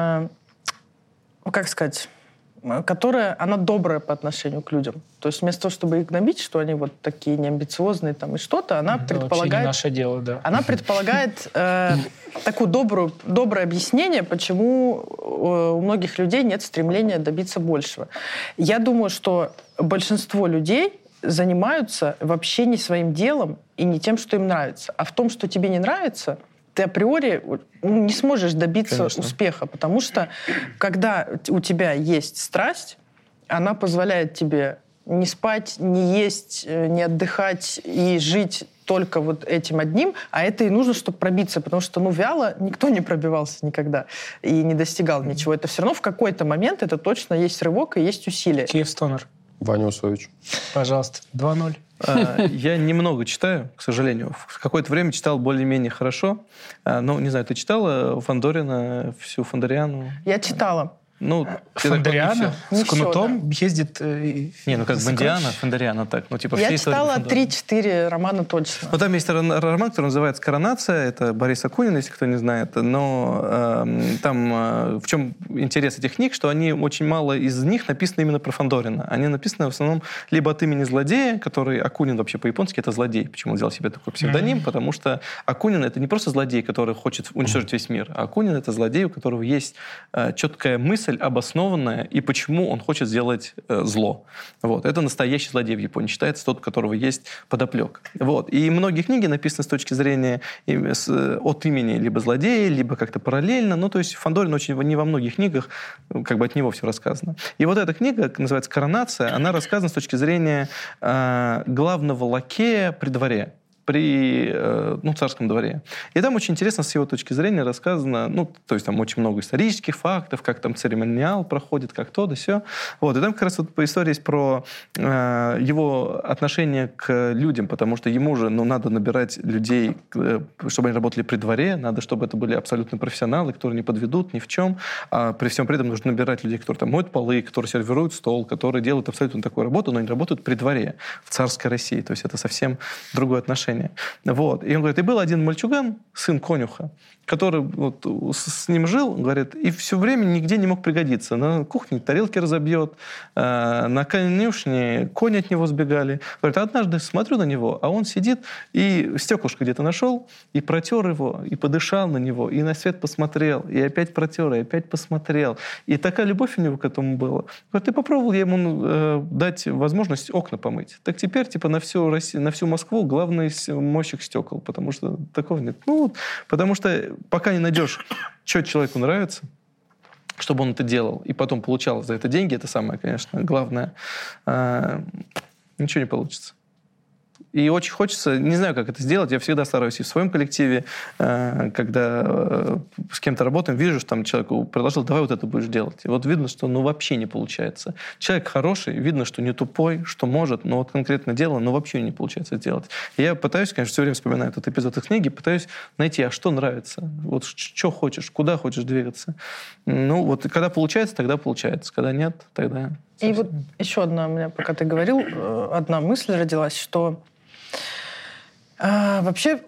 которая, она добрая по отношению к людям. То есть вместо того, чтобы их гнобить, что они вот такие неамбициозные там и что-то, она предполагает... Вообще не наше дело, да. Она предполагает такое доброе объяснение, почему у многих людей нет стремления добиться большего. Я думаю, что большинство людей занимаются вообще не своим делом и не тем, что им нравится, а в том, что тебе не нравится, ты априори не сможешь добиться успеха, потому что когда у тебя есть страсть, она позволяет тебе не спать, не есть, не отдыхать и жить только вот этим одним, а это и нужно, чтобы пробиться, потому что, вяло никто не пробивался никогда и не достигал ничего. Это все равно в какой-то момент это точно есть рывок и есть усилие. Киевстонер. Ваня Усович. Пожалуйста, 2-0. Я немного читаю, к сожалению. В какое-то время читал более-менее хорошо. Не знаю, ты читала Фандорина, всю Фандориану? Я читала. Фандориана с кнутом ездит... Бондиана, Фандориана, так. Я читала 3-4 романа точно. Там есть роман, который называется «Коронация». Это Борис Акунин, если кто не знает. Но там в чем интерес этих книг, что они очень мало из них написаны именно про Фандорина. Они написаны в основном либо от имени злодея, который Акунин вообще по-японски это злодей. Почему он взял себе такой псевдоним? Потому что Акунин это не просто злодей, который хочет уничтожить весь мир, а Акунин это злодей, у которого есть четкая мысль, обоснованная, и почему он хочет сделать зло. Это настоящий злодей в Японии. Считается тот, у которого есть подоплек. И многие книги написаны с точки зрения от имени либо злодея, либо как-то параллельно. То есть Фандорин очень не во многих книгах как бы от него все рассказано. И эта книга, называется «Коронация», она рассказана с точки зрения главного лакея при дворе. при царском дворе. И там очень интересно с его точки зрения рассказано, то есть там очень много исторических фактов, как там церемониал проходит, как то да сё. Вот. И там как раз по истории есть про его отношение к людям, потому что ему же надо набирать людей, чтобы они работали при дворе, надо, чтобы это были абсолютно профессионалы, которые не подведут ни в чем. А при всем при этом нужно набирать людей, которые там моют полы, которые сервируют стол, которые делают абсолютно такую работу, но они работают при дворе в царской России. То есть это совсем другое отношение. Вот. И он говорит, и был один мальчуган, сын конюха, который с ним жил, говорит, и все время нигде не мог пригодиться. На кухне тарелки разобьет, на конюшне кони от него сбегали. Говорит, однажды смотрю на него, а он сидит и стеклышко где-то нашел, и протер его, и подышал на него, и на свет посмотрел, и опять протер, и опять посмотрел. И такая любовь у него к этому была. Говорит, ты попробовал ему дать возможность окна помыть. Так теперь на всю Россию, на всю Москву главный мойщик стекол, потому что такого нет. Потому что пока не найдешь, что человеку нравится, чтобы он это делал, и потом получал за это деньги, это самое, конечно, главное, ничего не получится. И очень хочется, не знаю, как это сделать, я всегда стараюсь и в своем коллективе, когда с кем-то работаем, вижу, что там человеку предложил, давай вот это будешь делать. И вот видно, что вообще не получается. Человек хороший, видно, что не тупой, что может, но вот конкретно дело, вообще не получается сделать. И я пытаюсь, конечно, все время вспоминаю этот эпизод из книги, пытаюсь найти, а что нравится, вот что хочешь, куда хочешь двигаться. Вот когда получается, тогда получается, когда нет, тогда... И вот еще одна у меня, пока ты говорил, одна мысль родилась, что вообще,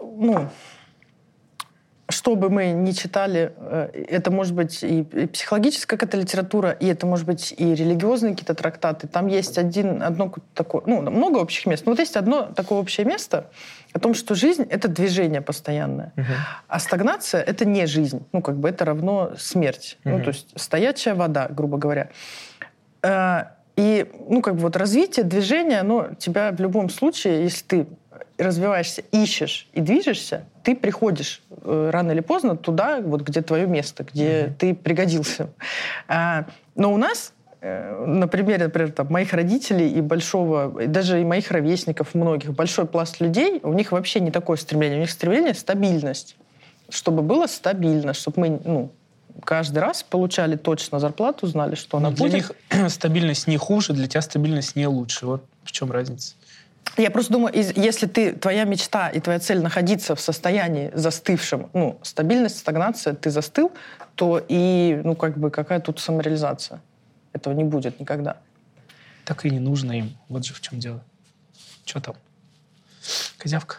что бы мы ни читали, это может быть и психологическая какая-то литература, и это может быть и религиозные какие-то трактаты. Там есть одно такое, много общих мест, но вот есть одно такое общее место о том, что жизнь — это движение постоянное, а стагнация — это не жизнь. Это равно смерть. То есть стоячая вода, грубо говоря. И, развитие, движение, оно тебя в любом случае, если ты развиваешься, ищешь и движешься, ты приходишь рано или поздно туда, где твое место, где ты пригодился. Но у нас, на примере, моих родителей и даже и моих ровесников многих, большой пласт людей, у них вообще не такое стремление. У них стремление — стабильность. Чтобы было стабильно, чтобы мы, каждый раз получали точно зарплату, знали, что она будет. Для них стабильность не хуже, для тебя стабильность не лучше. Вот в чем разница. Я просто думаю, если твоя мечта и твоя цель находиться в состоянии застывшем, стабильность, стагнация, ты застыл, то и, какая тут самореализация? Этого не будет никогда. Так и не нужно им. Вот же в чем дело. Что там? Козявка?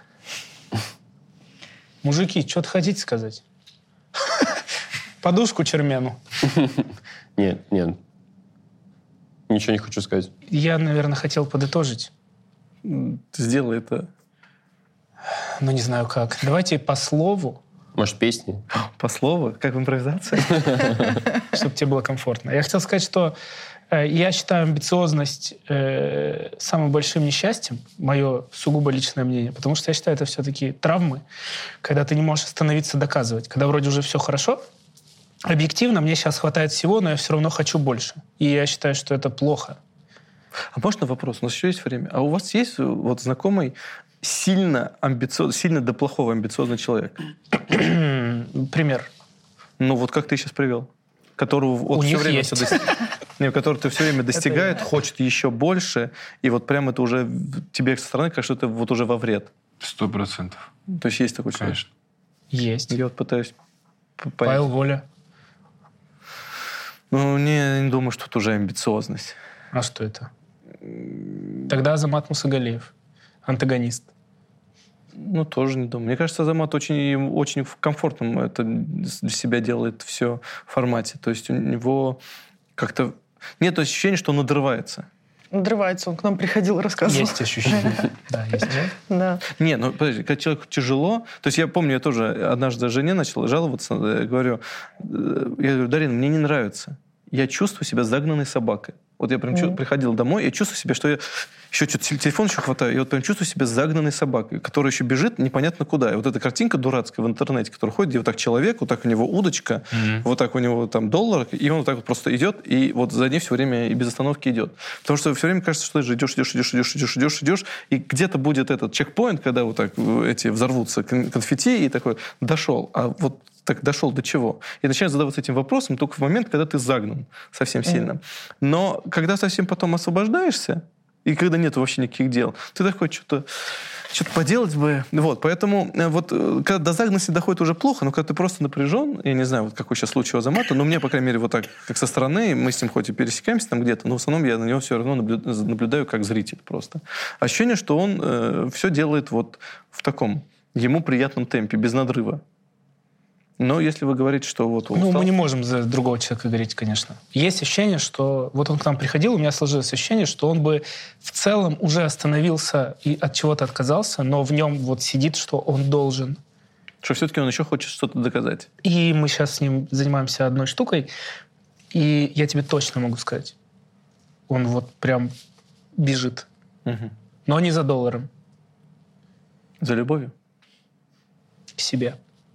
Мужики, что-то хотите сказать? Подушку чермену. Нет. Ничего не хочу сказать. Я, наверное, хотел подытожить. Сделай это. Не знаю как. Давайте по слову. Может, песни? По слову? Как в импровизации? Чтобы тебе было комфортно. Я хотел сказать, что я считаю амбициозность самым большим несчастьем, мое сугубо личное мнение, потому что я считаю, это все-таки травмы, когда ты не можешь остановиться доказывать. Когда вроде уже все хорошо, объективно мне сейчас хватает всего, но я все равно хочу больше. И я считаю, что это плохо. А можно вопрос? У нас еще есть время. А у вас есть знакомый сильно до плохого амбициозный человек? Пример. Как ты сейчас привел. Которого у все них время есть. который ты все время достигает, хочет еще больше, и прямо это уже тебе со стороны кажется, что это уже во вред. 100%. То есть есть такой человек? Конечно. Есть. Я пытаюсь понять. Павел Воля. Не думаю, что это уже амбициозность. А что это? Тогда Азамат Мусагалиев. Антагонист. Тоже не думаю. Мне кажется, Азамат очень, очень в комфортном это для себя делает все формате. То есть у него как-то нет ощущения, что он надрывается. Надрывается. Он к нам приходил, рассказывал. Есть ощущение. Да, есть. Да. Подожди, когда человеку тяжело... То есть я помню, я тоже однажды жене начал жаловаться. Я говорю, Дарина, мне не нравится. Я чувствую себя загнанной собакой. Вот я прям приходил домой, и чувствую себя, что я еще что-то телефон еще хватаю, и вот прям чувствую себя загнанной собакой, которая еще бежит непонятно куда. И вот эта картинка дурацкая в интернете, которая ходит, где вот так человек, вот так у него удочка, вот так у него там доллар, и он вот так вот просто идет, и вот за ней все время и без остановки идет. Потому что все время кажется, что ты же идешь, и где-то будет этот чекпоинт, когда вот так эти взорвутся конфетти, и такой, дошел. А вот так дошел до чего? И начинаешь задаваться этим вопросом только в момент, когда ты загнан совсем сильно. Но когда совсем потом освобождаешься, и когда нет вообще никаких дел, ты такой, что-то поделать бы. Вот, поэтому вот когда до загнанности доходит уже плохо, но когда ты просто напряжен, я не знаю, вот какой сейчас случай у Азамата, но мне, по крайней мере, вот так, как со стороны, мы с ним хоть и пересекаемся там где-то, но в основном я на него все равно наблюдаю как зритель просто. Ощущение, что он все делает вот в таком ему приятном темпе, без надрыва. Но если вы говорите, что вот... Ну, мы не можем за другого человека говорить, конечно. Есть ощущение, что... Вот он к нам приходил, у меня сложилось ощущение, что он бы в целом уже остановился и от чего-то отказался, но в нем вот сидит, что он должен. Что все-таки он еще хочет что-то доказать. И мы сейчас с ним занимаемся одной штукой, и я тебе точно могу сказать, он вот прям бежит. Угу. Но не за долларом. За любовью? К себе.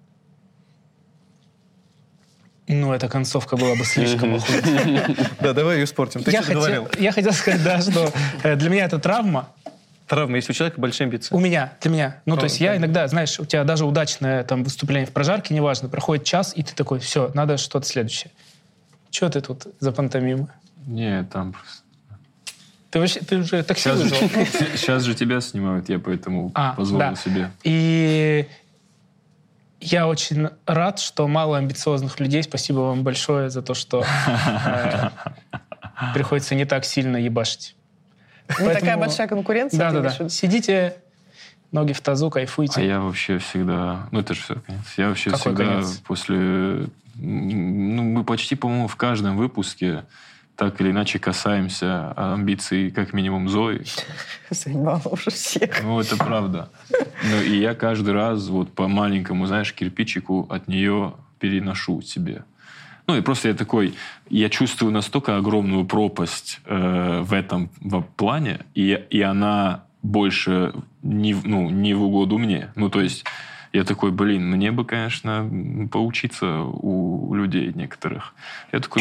Ну, эта концовка была бы слишком охуенной. Да, давай ее испортим. Ты что-то говорил. Я хотел сказать, да, что для меня это травма. Травма, если у человека большие амбиции. Для меня. Ну, то есть я иногда, знаешь, у тебя даже удачное там выступление в прожарке, неважно, проходит час, и ты такой, все, надо что-то следующее. Че ты тут за пантомимы? Нет, там просто... Ты уже такси вызвал? Сейчас же тебя снимают, я поэтому позволил себе. И... Я очень рад, что мало амбициозных людей. Спасибо вам большое за то, что приходится не так сильно ебашить. Не такая большая конкуренция? Да. Сидите, ноги в тазу, кайфуйте. А я вообще всегда... Ну, это же все, конец. Я вообще Какой всегда конец? после... Ну, мы почти, по-моему, в каждом выпуске так или иначе касаемся амбиций, как минимум, Зои. Заебало уже всех. Ну, это правда. Ну, и я каждый раз вот по маленькому, знаешь, кирпичику от нее переношу себе. Ну, и просто я такой... Я чувствую настолько огромную пропасть в этом плане, и она больше не в угоду мне. Ну, то есть... Я такой, мне бы, конечно, поучиться у людей некоторых. Я такой,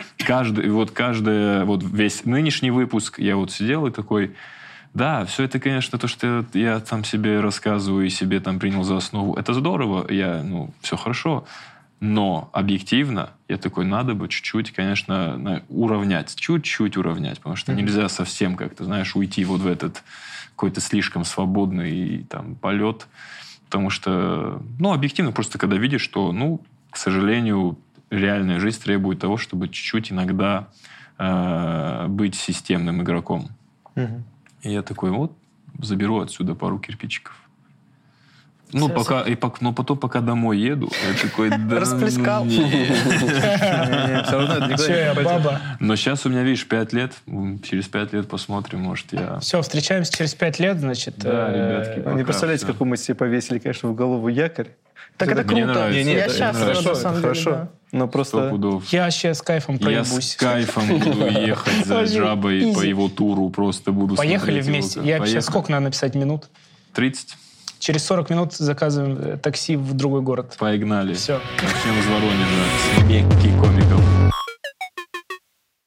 весь нынешний выпуск я вот сидел и такой, да, все это, конечно, то, что я там себе рассказываю и себе там принял за основу, это здорово, все хорошо, но объективно я такой, надо бы чуть-чуть, конечно, уравнять, потому что нельзя совсем как-то, знаешь, уйти вот в этот какой-то слишком свободный там полет. Потому что, объективно, просто когда видишь, что, к сожалению, реальная жизнь требует того, чтобы чуть-чуть иногда быть системным игроком. Угу. И я такой, заберу отсюда пару кирпичиков. Но пока домой еду, я такой, да... Расплескал. Че я, баба? Но сейчас у меня, видишь, 5 лет. Через 5 лет посмотрим, может, я... Все, встречаемся через 5 лет, значит... Да, ребятки, не представляете, какую мы себе повесили, конечно, в голову якорь. Так это мне круто. нравится. Я счастлива, на самом деле. Хорошо. Но просто... 100 пудов. Я вообще с кайфом проебусь. Я с кайфом буду ехать за жабой по его туру, просто буду Поехали смотреть вместе. его. Я сейчас сколько надо написать минут? 30. Через 40 минут заказываем такси в другой город. Погнали. Все. Начнем с Воронежа. С Мекки комиков.